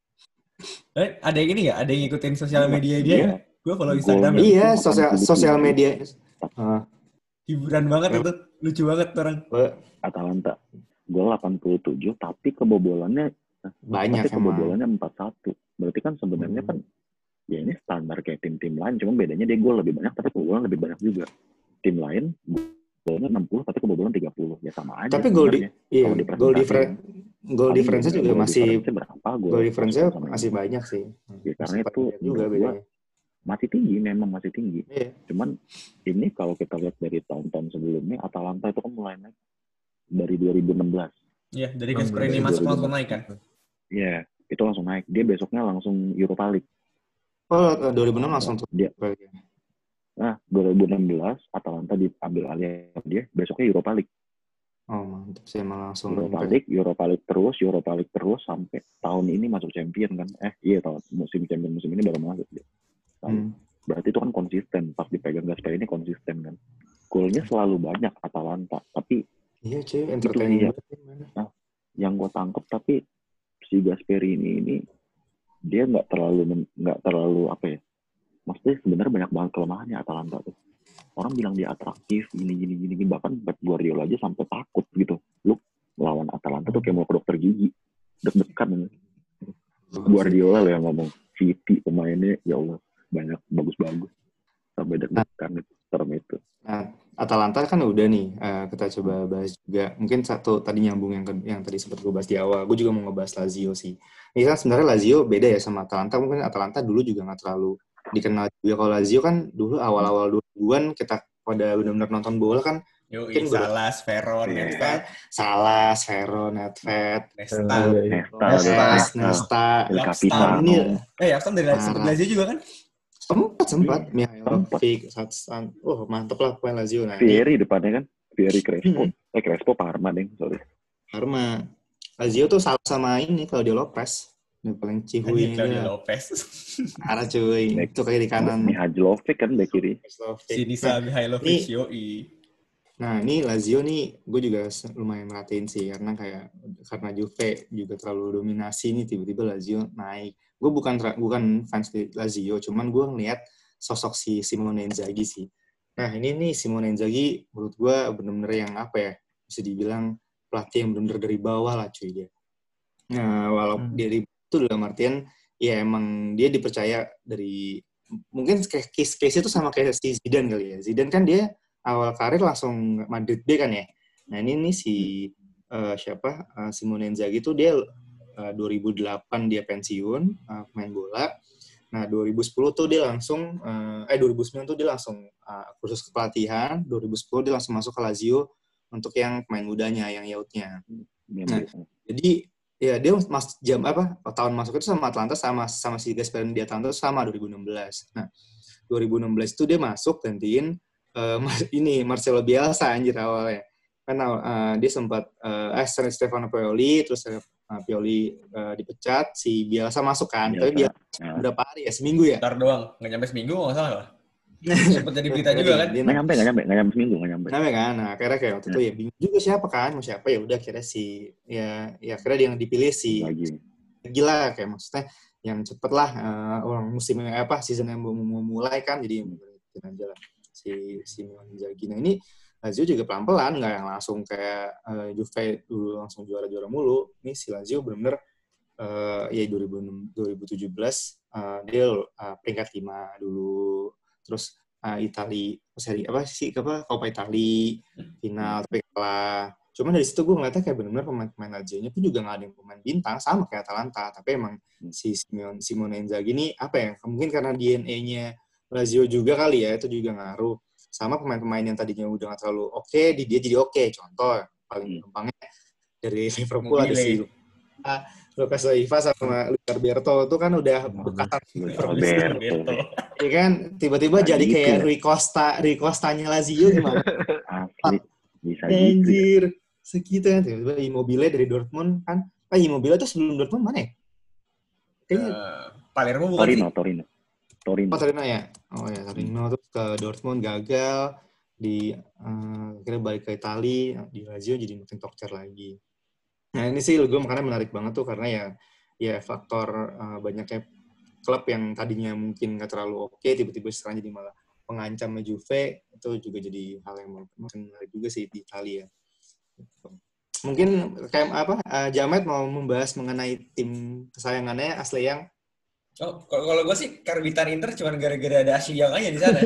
Eh, ada yang ini nggak? Ada yang ngikutin sosial media dia Iya. nggak? Gue follow Instagram. Golnya. Iya, sosial sosial media. Ah, Hiburan banget itu. Lucu banget orang. Atalanta. Gol delapan puluh tujuh tapi kebobolannya banyak tapi kebobolannya empat satu. Berarti kan sebenarnya Hmm. kan ya ini standar kayak tim-tim lain, cuma bedanya dia gol lebih banyak tapi kebobolan lebih banyak juga. Tim lain golnya enam puluh tapi kebobolan tiga puluh. Ya sama aja. Tapi gol di iya, Kalau gol dipresentasikan. difference gol difference juga Goal masih difference-nya berapa gol? gol difference-nya sama masih ini. banyak sih. Ya, karena Masih itu banyak juga menurut gua bedanya. masih tinggi, memang masih tinggi. Iya. Cuman ini kalau kita lihat dari tahun-tahun sebelumnya, Atalanta itu kan mulai naik dari dua ribu enam belas. Iya, dari Hmm, Gasperini dari masuk dua ribu langsung naik kan. Iya, itu langsung naik. Dia besoknya langsung Europa League. Oh, dua ribu enam langsung tuh. Dia, nah, dua ribu enam belas Atalanta diambil alih dia, besoknya Europa League. Oh, mantap sih emang langsung. Europa League, Europa League terus, Europa League terus sampai tahun ini masuk champion kan. Eh, iya tahun musim champion musim ini baru masuk dia. Hmm. Berarti itu kan konsisten. Pas dipegang Gasperini konsisten kan. Golnya selalu banyak Atalanta, tapi Iya, cuy, itu entertaining. sih ya, yang gue tangkep tapi si Gasperini ini dia nggak terlalu nggak terlalu apa ya, maksudnya sebenarnya banyak banget kelemahannya Atalanta tuh. Orang bilang dia atraktif gini gini gini bahkan Pep Guardiola aja sampai takut gitu. Lu lawan Atalanta tuh kayak mau ke dokter gigi, deg-degan. Guardiola loh yang ngomong. City pemainnya ya Allah banyak bagus-bagus sampai deg-degan itu term itu. Nah, Atalanta kan udah nih, uh, kita coba bahas juga. Mungkin satu tadi nyambung yang yang tadi sempat gue bahas di awal. Gue juga mau ngebahas Lazio sih. Ini kan sebenarnya Lazio beda ya sama Atalanta. Mungkin Atalanta dulu juga nggak terlalu dikenal juga. Kalau Lazio kan dulu awal-awal dua ribuan kita pada benar-benar nonton bola kan. Yoi, Salas, Veron, Nedved. Salas, Veron, Nedved. Nesta. Nesta. Nesta. El Capitano. Eh, Yapstam dari Lazio juga kan? Sempat, sempat. Mihailovic, Satsan. Oh, mantep lah pemain Lazio. Nah, Fieri depannya kan. Fieri Crespo. Hmm. Eh, Crespo Parma deh, sorry. Parma. Lazio tuh salah sama ini, Claudio Lopez. Ini paling cihuy. Claudio Lopez. Arah cuy. Back. Itu kayak di kanan. Mihailovic kan back kiri. Sinisa nah, Mihailovic, yoi. Nah, ini Lazio nih, gue juga lumayan merhatiin sih. Karena kayak, karena Juve juga terlalu dominasi nih, tiba-tiba Lazio naik. Gue bukan bukan fans di Lazio, cuman gue ngeliat sosok si Simone Inzaghi sih. Nah ini nih Simone Inzaghi menurut gue bener-bener yang apa ya, bisa dibilang pelatih yang bener-bener dari bawah lah cuy dia. Nah walau hmm. dari itu dalam artian ya emang dia dipercaya dari mungkin case-case itu sama kayak si Zidane kali ya. Zidane kan dia awal karir langsung Madrid B kan ya. Nah ini nih si uh, siapa uh, Simone Inzaghi itu dia uh, dua ribu delapan dia pensiun uh, main bola. Nah dua ribu sepuluh tuh dia langsung uh, eh dua ribu sembilan tuh dia langsung uh, kursus kepelatihan. dua ribu sepuluh dia langsung masuk ke Lazio untuk yang pemain mudanya, yang yautnya. Nah jadi ya dia mas jam apa tahun masuk itu sama Atlanta sama sama si Gasperini di Atlanta sama dua ribu enam belas. Nah dua ribu enam belas itu dia masuk gantiin uh, ini Marcelo Bielsa anjir awalnya. Kan uh, dia sempat uh, eh Stefano Pioli terus uh, Pioli uh, dipecat, si Bielsa masuk kan. Bielsa. Tapi Bielsa ya. Berapa hari ya? Seminggu ya? Ntar doang, nggak nyampe seminggu nggak salah lah. Sempat jadi berita juga kan? Nggak nyampe, nggak nyampe, nggak nyampe seminggu, nggak nyampe. Nyampe kan? Nah akhirnya kayak waktu ya. itu ya bingung juga siapa kan, mau siapa ya udah akhirnya si ya ya akhirnya dia yang dipilih si lagi. Gila kayak maksudnya yang cepet lah uh, orang musimnya apa season yang mau mulai kan jadi mungkin aja lah si si Inzaghi. Nah ini Lazio juga pelan-pelan, nggak yang langsung kayak uh, Juve dulu langsung juara-juara mulu. Ini si Lazio benar-benar uh, ya dua ribu tujuh belas uh, dia uh, peringkat lima dulu, terus uh, Itali seri apa sih apa Coppa Italia final tapi kalah. Cuman dari situ gue ngeliatnya kayak benar-benar pemain-pemain Lazio-nya pun juga nggak ada yang pemain bintang sama kayak Atalanta, tapi emang si Simone, Simone Inzaghi ini apa ya mungkin karena D N A-nya Lazio juga kali ya itu juga ngaruh. Sama pemain-pemain yang tadinya udah nggak terlalu oke, okay, dia jadi oke. Okay. Contoh paling gampangnya dari Liverpool ada si Lucas Leiva sama Luis Alberto itu kan udah bekasan Alberto. Iya kan tiba-tiba jadi kayak Rui Costa, Rui Costanya Lazio gimana? Asli, bisa anjir, segitu kan tiba-tiba Immobile dari Dortmund kan. Ah Immobile tuh sebelum Dortmund mana ya? Kayaknya uh, Palermo bukan Torino, sih? Torino. Torino. Oh, Torino ya? Oh ya, Torino terus ke Dortmund gagal, di uh, akhirnya balik ke Italia, di Lazio jadi makin tokcer lagi. Nah ini sih gue makanya menarik banget tuh karena ya ya faktor uh, banyaknya klub yang tadinya mungkin nggak terlalu oke, tiba-tiba sekarang jadi malah pengancamnya Juve, itu juga jadi hal yang menarik juga sih di Italia. Mungkin kayak apa, uh, Jamet mau membahas mengenai tim kesayangannya Asli yang Oh, kalau gue sih karbitan Inter cuma gara-gara ada Ashley Young aja di sana.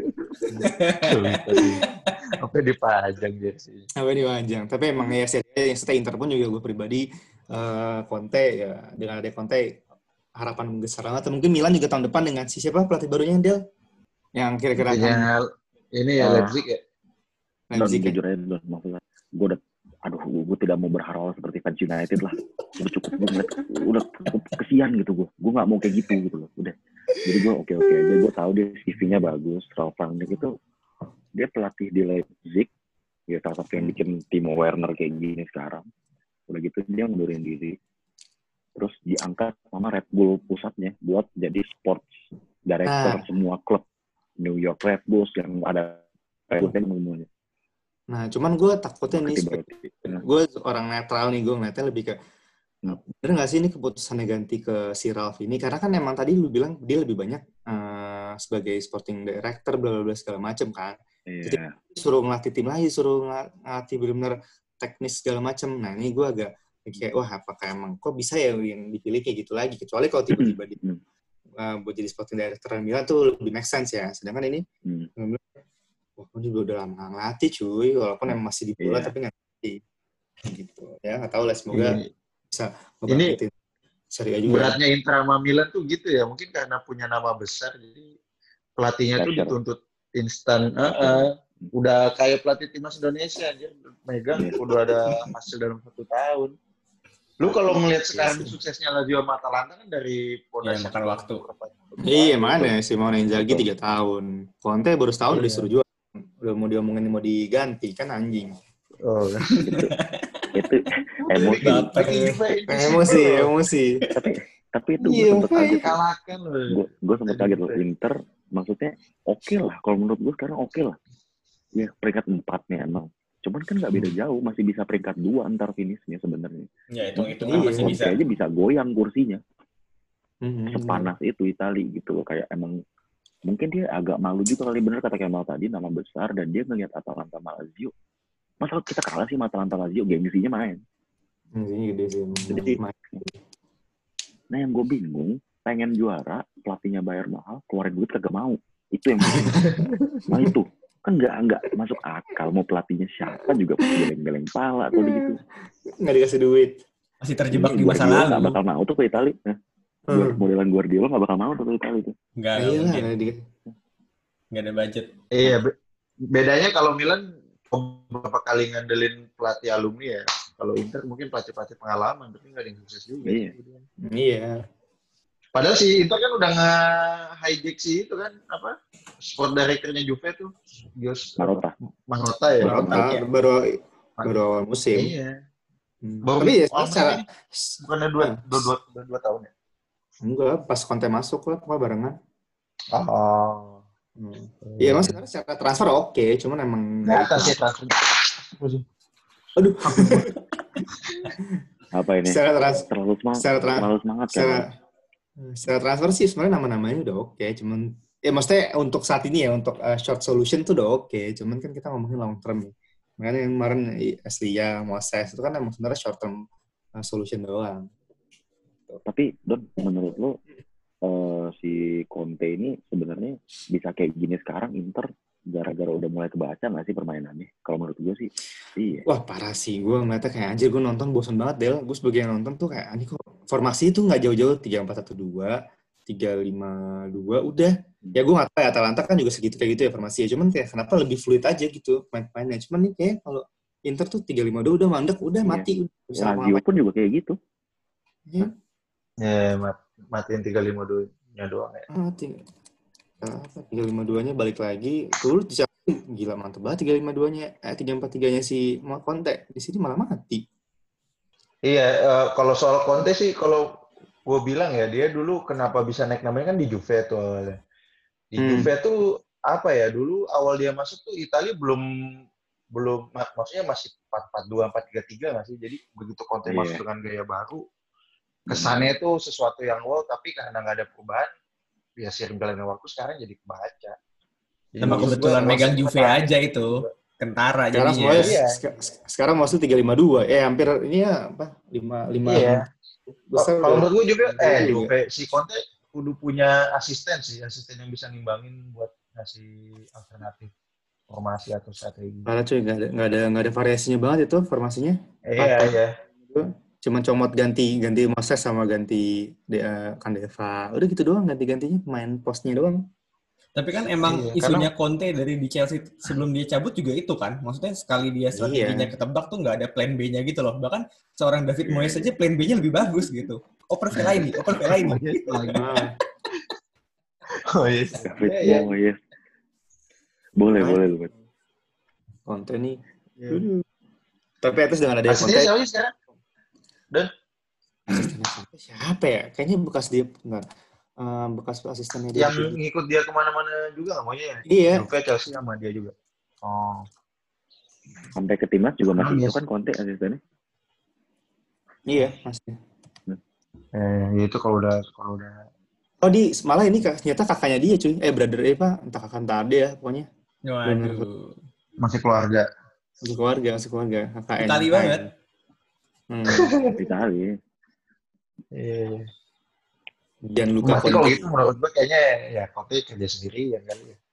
Apa dipajang jersey? Apa dipajang? Tapi emang ya yang setelah Inter pun juga gue pribadi uh, Conte ya dengan ada Conte harapan besar banget. Mungkin Milan juga tahun depan dengan si siapa pelatih barunya Del? Yang kira-kira kan ini ya Leipzig ya. Leipzig ya. Jujur aja belum maksudnya. Gue udah aduh gue tidak mau berharap seperti fans United lah. Udah cukup gue ngeliat, udah cukup kesian gitu gue. Gue nggak mau kayak gitu gitu loh. Udah. Jadi gue oke oke aja. Gue tahu dia C V-nya bagus. Ralf Rangnick itu dia pelatih di Leipzig. Ya salah satu yang bikin Timo Werner kayak gini sekarang. Udah gitu dia ngundurin diri. Terus diangkat sama Red Bull pusatnya buat jadi sports director nah. semua klub New York Red Bulls yang ada Red Bulls semuanya. Nah, cuman gue takutnya nih, gue orang netral nih, gue ngeliatnya lebih ke, nah, bener nggak sih ini keputusannya ganti ke si Ralf ini? Karena kan emang tadi lu bilang dia lebih banyak uh, sebagai sporting director, bla bla segala macem kan. Yeah. Jadi suruh ngelatih tim lagi, suruh ngelatih benar-benar teknis segala macem. Nah, ini gue agak kayak, wah apakah emang kok bisa ya yang dipilih kayak gitu lagi? Kecuali kalau tiba-tiba di, uh, buat jadi sporting director Milan tuh lebih make sense ya. Sedangkan ini, hmm. wah, ini udah lama ngelatih cuy, walaupun emang masih di bola yeah. tapi ngelatih gitu ya, nggak tahu lah semoga ini, bisa ngebangkitin Serie A juga. Beratnya Inter sama Milan tuh gitu ya, mungkin karena punya nama besar jadi pelatihnya tuh dituntut instan, uh, uh, udah kayak pelatih timnas Indonesia aja, megang yeah. udah ada hasil dalam satu tahun. Lu kalau ngelihat sekarang yes. suksesnya Lazio sama Atalanta kan dari pondasi ya, makan waktu. Iya mana Simone Inzaghi tiga tahun, Conte baru setahun udah disuruh jual. Udah mau diomongin mau diganti kan anjing. Oh, itu emosi. emosi, emosi. Tapi tapi itu gue sempat kaget kalahkan loh. Gue sempat kaget loh Inter, maksudnya oke okay lah. Kalau menurut gue sekarang oke okay lah. Ya peringkat empat nih emang. Cuman kan nggak beda jauh, masih bisa peringkat dua antar finishnya sebenarnya. Ya itu itu kan masih bisa. Aja bisa goyang kursinya. Mm-hmm. Sepanas itu Itali gitu loh, kayak emang. Mungkin dia agak malu juga kali, bener kata Kemal tadi, nama besar, dan dia ngelihat Atalanta Lazio. Masa kita kalah sih sama Atalanta Lazio, gengsinya main. Gengsinya gede sih. Jadi, nah yang gue bingung, pengen juara, pelatihnya bayar mahal, keluarin duit kagak mau. Itu yang penting. Nah itu kan nggak nggak masuk akal. Mau pelatihnya siapa juga geleng-geleng pala atau gitu. Nggak dikasih duit. Masih terjebak di Ini masa Guardiola lalu. nggak bakal mau tuh ke Italia. Nah, Hmm. modelan Guardiola nggak bakal mau tuh ke Italia tuh. Nggak, Iya nggak lah, mungkin. nggak di- Nggak ada budget. Iya, be- bedanya kalau Milan beberapa kali ngandelin pelatih alumni ya. Kalau Inter mungkin pelatih-pelatih pengalaman, tapi nggak ada yang sukses juga. Iya. Iya. Padahal si Inter kan udah nge-hijack si itu kan, apa, sport director-nya Juve tuh, Gios Marotta. Marotta ya. Marotta Iya. baru baru awal musim. Iya. Hmm. Baru Tapi ya awal musim secara ini. Bukannya dua, Nah, dua, dua, dua, dua tahun ya? enggak pas Conte masuk lah pokoknya barengan. Oh. Hmm. Iya emang sekarang secara transfer oke, cuman emang Nggak atas ya transfer. aduh Apa ini? secara trans Terlalu semangat. secara tra- Terlalu semangat kan? secara secara transfer sih sebenarnya nama-namanya udah oke, cuman ya maksudnya untuk saat ini ya untuk uh, short solution tuh udah oke, cuman kan kita ngomongin long term ya. Makanya yang kemarin Aslia, Moses itu kan emang sebenarnya short term uh, solution doang. Tapi Don, menurut lo eh, si Conte ini sebenarnya bisa kayak gini sekarang Inter gara-gara udah mulai kebaca nggak sih permainannya? Kalau menurut gue sih, iya. Wah parah sih, gue ngeliatnya kayak anjir gue nonton bosan banget Del. Gue sebagai yang nonton tuh kayak anjir kok formasi itu nggak jauh-jauh tiga empat satu dua, tiga lima dua udah. Ya gue nggak tahu ya Atalanta kan juga segitu kayak gitu ya formasinya. Cuman kayak kenapa lebih fluid aja gitu main-mainnya. Cuman nih kayak kalau Inter tuh tiga lima dua udah mandek, udah Iya. mati. Udah bisa Lazio pun juga kayak gitu. Ya, Ya, mat, matiin tiga lima dua-nya doang ya. mati. Apa tiga lima dua-nya balik lagi. Dulu dicapai gila mantep banget tiga lima dua-nya. Eh tiga empat tiga-nya si Conte. Di sini malah mati. Iya, eh, kalau soal Conte sih, kalau gue bilang ya, dia dulu kenapa bisa naik namanya kan di Juve tuh awalnya. Di Hmm. Juve tuh apa ya, dulu awal dia masuk tuh Italia belum, belum mak- maksudnya masih empat empat dua, empat tiga tiga nggak sih? Jadi begitu Conte Iya. masuk dengan gaya baru, kesannya tuh sesuatu yang wow, tapi karena nggak ada perubahan, ya seiring berjalannya waktu sekarang jadi kebaca. Jadi Sama menurut kebetulan gua, megang wasit Juve menarik aja itu. juga. Kentara Sekarang jadinya. semuanya Iya. sek- sekarang masuk tiga lima dua. Eh hampir ini ya apa? lima lima Iya. besar Kalau udah. menurut gue juga, eh Iya. Juve si Conte kudu punya asisten sih, asisten yang bisa ngimbangin buat ngasih alternatif formasi atau strategi. Parah cuy, nggak ada nggak ada nggak ada variasinya banget itu formasinya. Iya, iya. Cuman comot ganti ganti Moses sama ganti De, Kandeva. Udah gitu doang ganti-gantinya pemain posnya doang. Tapi kan emang Iya, isunya karena- Conte dari di Chelsea sebelum dia cabut juga itu kan. Maksudnya sekali dia strateginya Iya. ketebak tuh nggak ada plan B-nya gitu loh. Bahkan seorang David Moyes aja plan B-nya lebih bagus gitu. Oper Fellaini, Oper Fellaini. Ah, Oh iya. David Iya, iya. Moyes. Boleh, Main. boleh, boleh. Conte nih. Iya. Aduh. Tapi atas dengan ada Asistennya Conte. siapa sih sekarang? Asistennya siapa? Siapa ya? Kayaknya bekas dia bentar. Eh, bekas asistennya dia. Yang ngikut dia kemana-mana juga nggak maunya ya? Iya. Juve, Chelsea sama dia juga. Oh. Sampai ke timnas juga masih Yes. itu kan Conte asistennya. Iya, masih. Eh, itu kalau udah kalau udah Oh, di malah ini kak- ternyata kakaknya dia cuy. Eh, brother eh apa? Entah kakak entah ade ya pokoknya. Waduh. masih keluarga. Masih keluarga, masih keluarga. K K N. Itali banget. Hmm. Itali. Iya. Gianluca Berarti kalau Conte. gitu menurut gue kayaknya ya Conte kerja sendiri ya kali ya.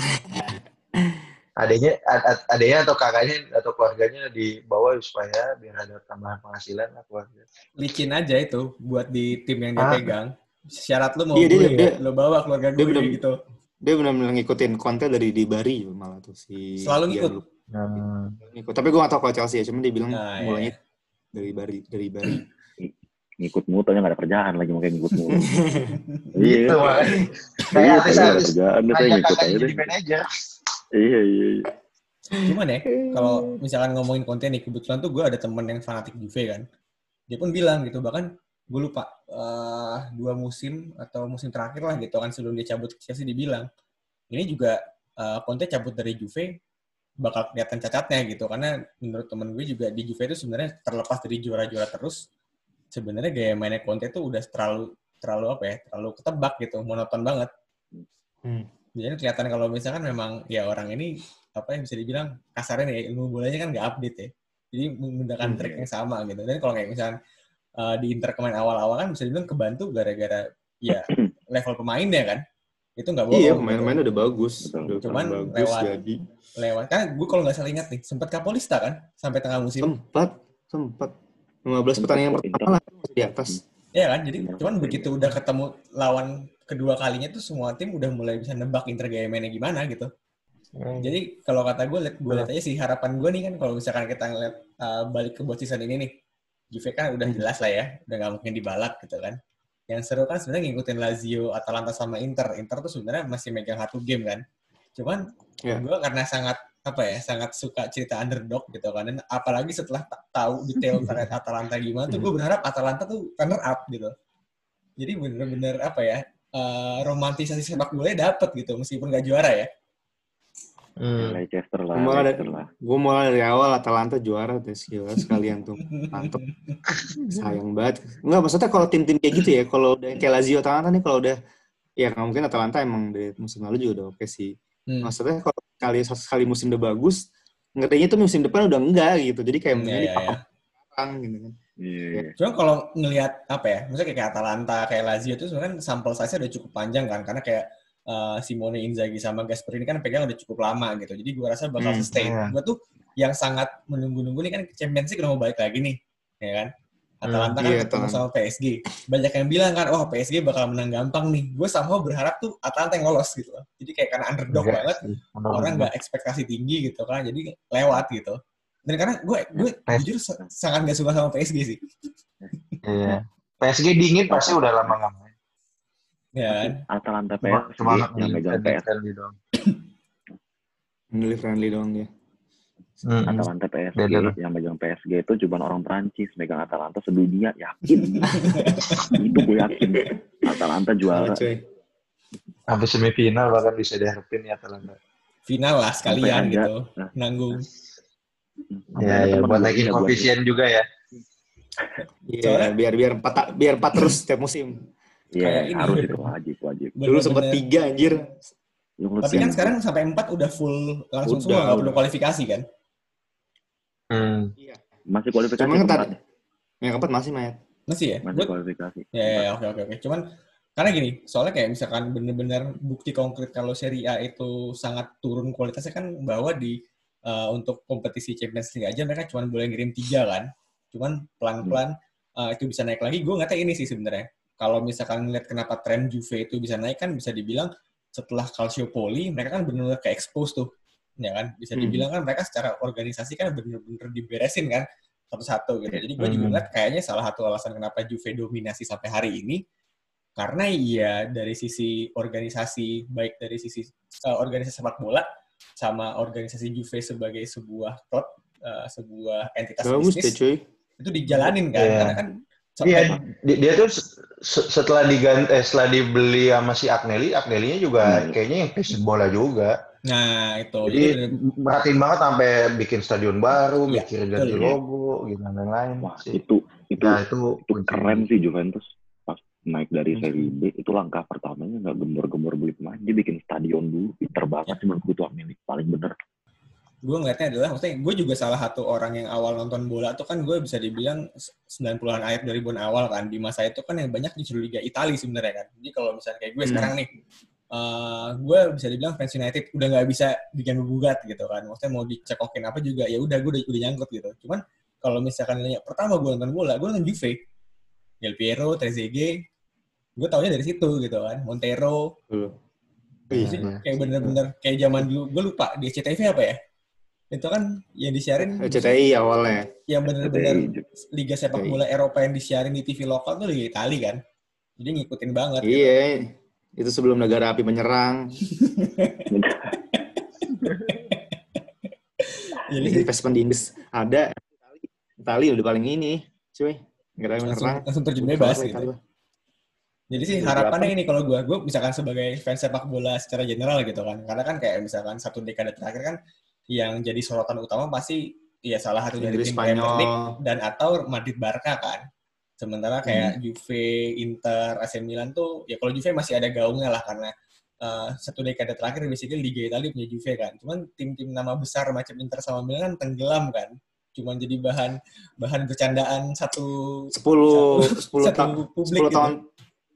adanya ad- ad- adanya atau kakaknya atau keluarganya dibawa supaya biar ada tambahan penghasilan lah keluarga. Licin aja itu buat di tim yang dia Ah. pegang. Syarat lu mau Iya, dia- gue dia- ya, lo bawa keluarga dia gue bener- gitu. Dia benar-benar ngikutin Conte dari di Bari malah tuh si. Selalu ngikut. Gianluca. Nah, Ngikut. Tapi gue gak tau kalau Chelsea ya, cuman dia bilang Nah, iya. mulainya dari Bari, dari Bari. Ngikut mulu, taunya nggak ada kerjaan lagi makanya ngikut mulu. gitu makanya. Iya, Kayak taunya nggak ada artis-artis kerjaan, udah saya ngajak ngikut kakaknya aja jadi deh. manajer. Iya, iya, iya. Cuman ya, kalau misalkan ngomongin konten nih, kebetulan tuh gue ada temen yang fanatik Juve kan. Dia pun bilang gitu, bahkan gue lupa eh, dua musim atau musim terakhir lah gitu kan sebelum dia cabut ke Chelsea dibilang ini juga eh, Conte cabut dari Juve bakal kelihatan cacatnya gitu karena menurut temen gue juga di Juve itu sebenarnya terlepas dari juara-juara terus sebenarnya gaya mainnya Conte tuh udah terlalu terlalu apa ya terlalu ketebak gitu monoton banget. Hmm. Jadi kelihatan kalau misalkan memang ya orang ini apa yang bisa dibilang kasarnya nih ilmu bolanya kan nggak update ya. Jadi menggunakan trik yang sama gitu. Dan kalau kayak misalkan uh, di Inter kemarin awal-awal kan bisa dibilang kebantu gara-gara ya level pemainnya kan. Itu nggak bohong. Iya, pemain-pemainnya udah bagus. Udah Cuman bagus, lewat jadi. lewat kan gue kalau nggak salah ingat nih sempat Kapolista kan sampai tengah musim. Sempat, sempat. lima belas pertandingan pertama lah masih di atas. Iya kan, jadi cuman begitu udah ketemu lawan kedua kalinya tuh semua tim udah mulai bisa nebak Inter gaya mainnya gimana gitu. Hmm. Jadi kalau kata gue, liat, gue lihat aja sih harapan gue nih kan kalau misalkan kita ngeliat uh, balik ke buat season ini nih, Juve kan udah jelas lah ya, udah nggak mungkin dibalap gitu kan. Yang seru kan sebenarnya ngikutin Lazio, Atalanta sama Inter. Inter tuh sebenarnya masih megang satu game kan. Cuman yeah. gue karena sangat apa ya, sangat suka cerita underdog gitu kan. Dan apalagi setelah t- tahu detail terkait Atalanta gimana tuh gue berharap Atalanta tuh runner up gitu. Jadi bener-bener apa ya, uh, romantisasi sepak bola dapet gitu meskipun gak juara ya. Hmm. Leicester lah, gue mulai, lah. Gue mulai dari awal Atalanta juara deh sekalian tuh. Mantep. Sayang banget. Enggak, maksudnya kalau tim-tim kayak gitu ya, kalau udah kayak Lazio Atalanta nih kalau udah ya mungkin Atalanta emang dari musim lalu juga udah oke sih. Hmm. Maksudnya kalau sekali sekali musim udah bagus, ngerinya tuh musim depan udah enggak gitu. Jadi kayak hmm, mungkin ya, dipakai ya. gitu kan. Iya. Yeah. Cuma kalau ngelihat apa ya, misalnya kayak Atalanta, kayak Lazio itu sebenarnya sampel size-nya udah cukup panjang kan, karena kayak uh, Simone Inzaghi sama Gasperini kan pegang udah cukup lama gitu. Jadi gue rasa bakal hmm, sustain. Yeah. Gue tuh yang sangat menunggu-nunggu nih kan Champions League udah mau balik lagi nih, ya kan? Atalanta hmm, kan iya, ketemu sama P S G. Banyak yang bilang kan, wah oh, P S G bakal menang gampang nih. Gue somehow berharap tuh Atalanta yang lolos gitu loh. Jadi kayak karena underdog yes, banget, yes. orang nggak ekspektasi tinggi gitu kan, jadi lewat gitu. Dan karena gue gue jujur sangat gak suka sama P S G sih. Iya. P S G dingin pasti udah lama nggak main. Ya kan. Atalanta P S G cuma yang megang P S G doang. Friendly friendly doang dia. Hmm. Atalanta P S G Beda. Yang megang P S G itu cuma orang Prancis, megang Atalanta sedunia yakin. Itu gue yakin. Atalanta juara. Sampai semifinal bahkan bisa diharapin ya Atalanta. Final lah sekalian gitu. Nah. Nanggung. Ya, ya buat naikin koefisien juga ya. Iya, yeah, biar biar empat biar empat terus setiap musim. Iya, yeah, harus itu wajib wajib. Dulu sempat tiga anjir. Tapi kan sekarang sampai empat udah full langsung udah, semua nggak perlu kualifikasi kan? Hmm. Iya. Masih kualifikasi Cuman keempat. Yang keempat masih Mayat. Masih ya? Masih But, kualifikasi. Ya, ya, oke oke oke. Cuman karena gini, soalnya kayak misalkan bener-bener bukti konkret kalau Serie A itu sangat turun kualitasnya kan bahwa di Uh, untuk kompetisi Champions League aja mereka cuma boleh ngirim tiga kan, cuman pelan-pelan uh, itu bisa naik lagi. Gue nggak tahu ini sih sebenarnya. Kalau misalkan ngeliat kenapa tren Juve itu bisa naik kan bisa dibilang setelah Calciopoli mereka kan benar-benar ke expose tuh, ya kan? Bisa dibilang kan mereka secara organisasi kan benar-benar diberesin kan satu-satu gitu. Jadi gue juga ngeliat kayaknya salah satu alasan kenapa Juve dominasi sampai hari ini karena ya dari sisi organisasi baik dari sisi uh, organisasi sepak bola sama organisasi Juve sebagai sebuah klub, uh, sebuah entitas bagus bisnis deh, itu dijalanin kan, yeah. karena kan iya dia, dia tuh setelah diganti, eh, setelah dibeli sama si Agnelli, Agnellinya juga hmm. kayaknya yang passion bola juga. Nah itu. Jadi merhatiin banget sampai bikin stadion baru, ya, mikirin ganti logo, gitu dan lain-lain. Wah itu itu nah, itu, itu keren sih Juventus. Naik dari Serie B itu langkah pertamanya nggak gembor-gembor beli pemain, dia bikin stadion dulu. Pinter banget sih menurut gue tuh Agnelli, paling bener. Gue ngeliatnya adalah, maksudnya gue juga salah satu orang yang awal nonton bola tuh kan gue bisa dibilang sembilan puluhan akhir dua ribuan awal kan, di masa itu kan yang banyak justru Liga Italia sebenarnya kan. Jadi kalau misalnya kayak gue hmm. sekarang nih, uh, gue bisa dibilang fans United udah nggak bisa diganggu gugat gitu kan. Maksudnya mau dicekokin apa juga ya udah gue udah, udah nyangkut gitu. Cuman kalau misalkan nanya pertama gue nonton bola, gue nonton Juve, Del Piero, Trezeguet, gue taunya dari situ gitu kan, Montero, uh, iya, kayak bener-bener kayak zaman dulu, gue lupa di S C T V apa ya, itu kan yang disiarin S C T I awalnya, yang bener-bener liga sepak bola Eropa yang disiarin di T V lokal tuh Liga Italia kan, jadi ngikutin banget. Iya, gitu. Itu sebelum negara api menyerang. Jadi investment di Inggris ada, Italia udah paling ini, cuy, negara api menyerang, langsung terjun bebas gitu. Jadi sih harapannya ini kalau gue, gue misalkan sebagai fans sepak bola secara general gitu kan, karena kan kayak misalkan satu dekade terakhir kan yang jadi sorotan utama pasti ya salah satu dari tim Premier League dan atau Madrid Barca kan. Sementara kayak hmm. Juve, Inter, A C Milan tuh ya kalau Juve masih ada gaungnya lah karena uh, satu dekade terakhir basically Liga Italia punya Juve kan. Cuman tim-tim nama besar macam Inter sama Milan kan tenggelam kan. Cuman jadi bahan bahan bercandaan satu sepuluh sepuluh publik sepuluh tahun.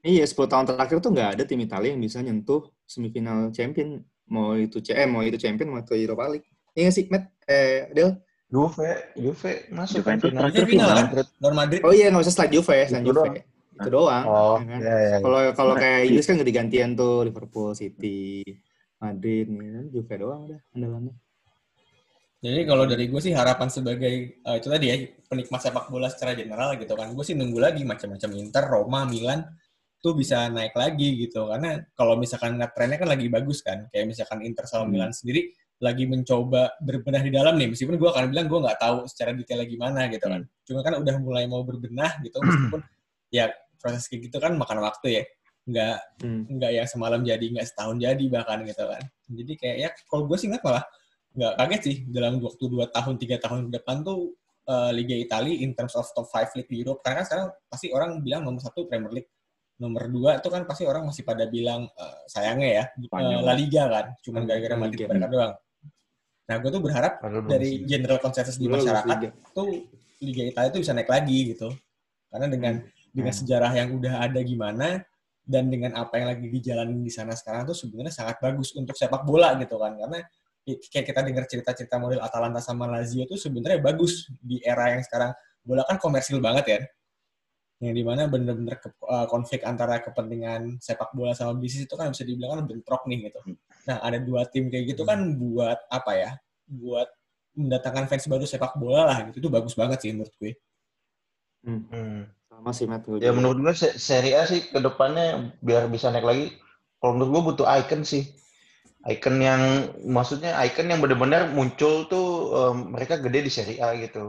Iya, sepuluh tahun terakhir tuh nggak ada tim Italia yang bisa nyentuh semifinal champion. Mau itu C M, mau itu champion, mau itu Europa League. Iya nggak sih, Matt? Eh, Del? Juve, Juve masuk kan Juventus final. terakhir Ini final kan? Madrid. Lawan Madrid. Oh iya, nggak usah selain Juve, selain Itu Juve. doang. Itu doang. Oh, ya kan? iya, iya. Kalau kalau Nah, kayak si- Inggris kan nggak digantian tuh Liverpool, City, Madrid, nih kan Juve doang udah andalannya. Jadi kalau dari gue sih harapan sebagai uh, itu tadi ya penikmat sepak bola secara general gitu kan, gue sih nunggu lagi macam-macam Inter, Roma, Milan tuh bisa naik lagi gitu. Karena kalau misalkan ngeliat trennya kan lagi bagus kan, kayak misalkan Inter sama Hmm. Milan sendiri lagi mencoba berbenah di dalam nih. Meskipun gue akan bilang gue nggak tahu secara detailnya gimana gitu kan. Cuma kan udah mulai mau berbenah gitu, meskipun ya proses kayak gitu kan makan waktu ya. Nggak Hmm. nggak yang semalam jadi, nggak setahun jadi bahkan gitu kan. Jadi kayak ya kalau gue sih ngeliat malah nggak kaget sih dalam waktu dua tahun, tiga tahun ke depan tuh uh, Liga Italia in terms of top five league di Europe. Karena kan sekarang pasti orang bilang nomor satu Premier League, nomor dua itu kan pasti orang masih pada bilang uh, sayangnya ya uh, La Liga kan, cuman gara-gara La Madrid Liga. Barca doang. Nah gue tuh berharap Padahal belum dari sih. general consensus di Dulu masyarakat Liga. tuh Liga Italia itu bisa naik lagi gitu. Karena dengan dengan Hmm. sejarah yang udah ada gimana dan dengan apa yang lagi dijalanin di sana sekarang tuh sebenarnya sangat bagus untuk sepak bola gitu kan. Karena kayak kita dengar cerita-cerita model Atalanta sama Lazio tuh sebenarnya bagus di era yang sekarang bola kan komersil banget ya, yang dimana bener-bener ke, uh, konflik antara kepentingan sepak bola sama bisnis itu kan bisa dibilang kan bentrok nih gitu. Nah ada dua tim kayak gitu kan buat apa ya? Buat mendatangkan fans baru sepak bola lah gitu, itu bagus banget sih menurut gue. Hmm. Hmm. Sama sih, Matt. Ya menurut gue se- Serie A sih ke depannya biar bisa naik lagi. Kalau menurut gue butuh icon sih. Icon yang maksudnya icon yang benar-benar muncul tuh em, mereka gede di Serie A gitu.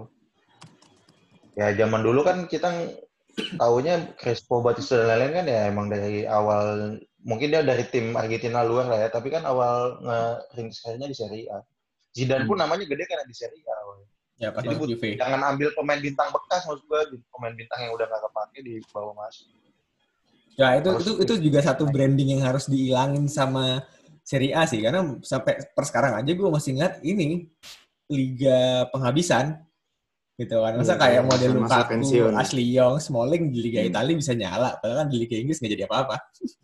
Ya zaman dulu kan kita taunya Crespo, Batista dan lain-lain kan ya emang dari awal mungkin dia dari tim Argentina luar lah ya, tapi kan awal nge-rintis karirnya di Serie A. Zidane pun namanya gede karena di Serie A. awalnya. Ya pas Jadi masuk but- Juve. jangan ambil pemain bintang bekas maksud gue, pemain bintang yang udah nggak kepake dibawa masuk. Ya itu Harus itu itu juga satu branding yang harus dihilangin sama Serie A sih, karena sampai per sekarang aja gue masih ingat ini liga penghabisan gitu kan. Masa Iya, kayak iya, model masa Lukaku, pensiun. Ashley Young, Smalling di Liga Hmm. Italia bisa nyala, padahal kan di Liga Inggris nggak jadi apa-apa.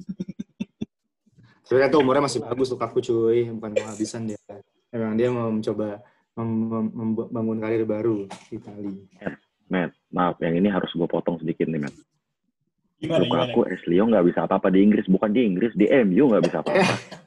Sebenarnya tuh umurnya masih bagus Lukaku cuy, bukan penghabisan dia. Emang dia mau mencoba mem- mem- membangun karir baru di Italia. Matt, maaf, yang ini harus gue potong sedikit nih, Matt. Gimana gimana? Lukaku, Ashley Young nggak bisa apa-apa di Inggris. Bukan di Inggris, di M U nggak bisa apa-apa.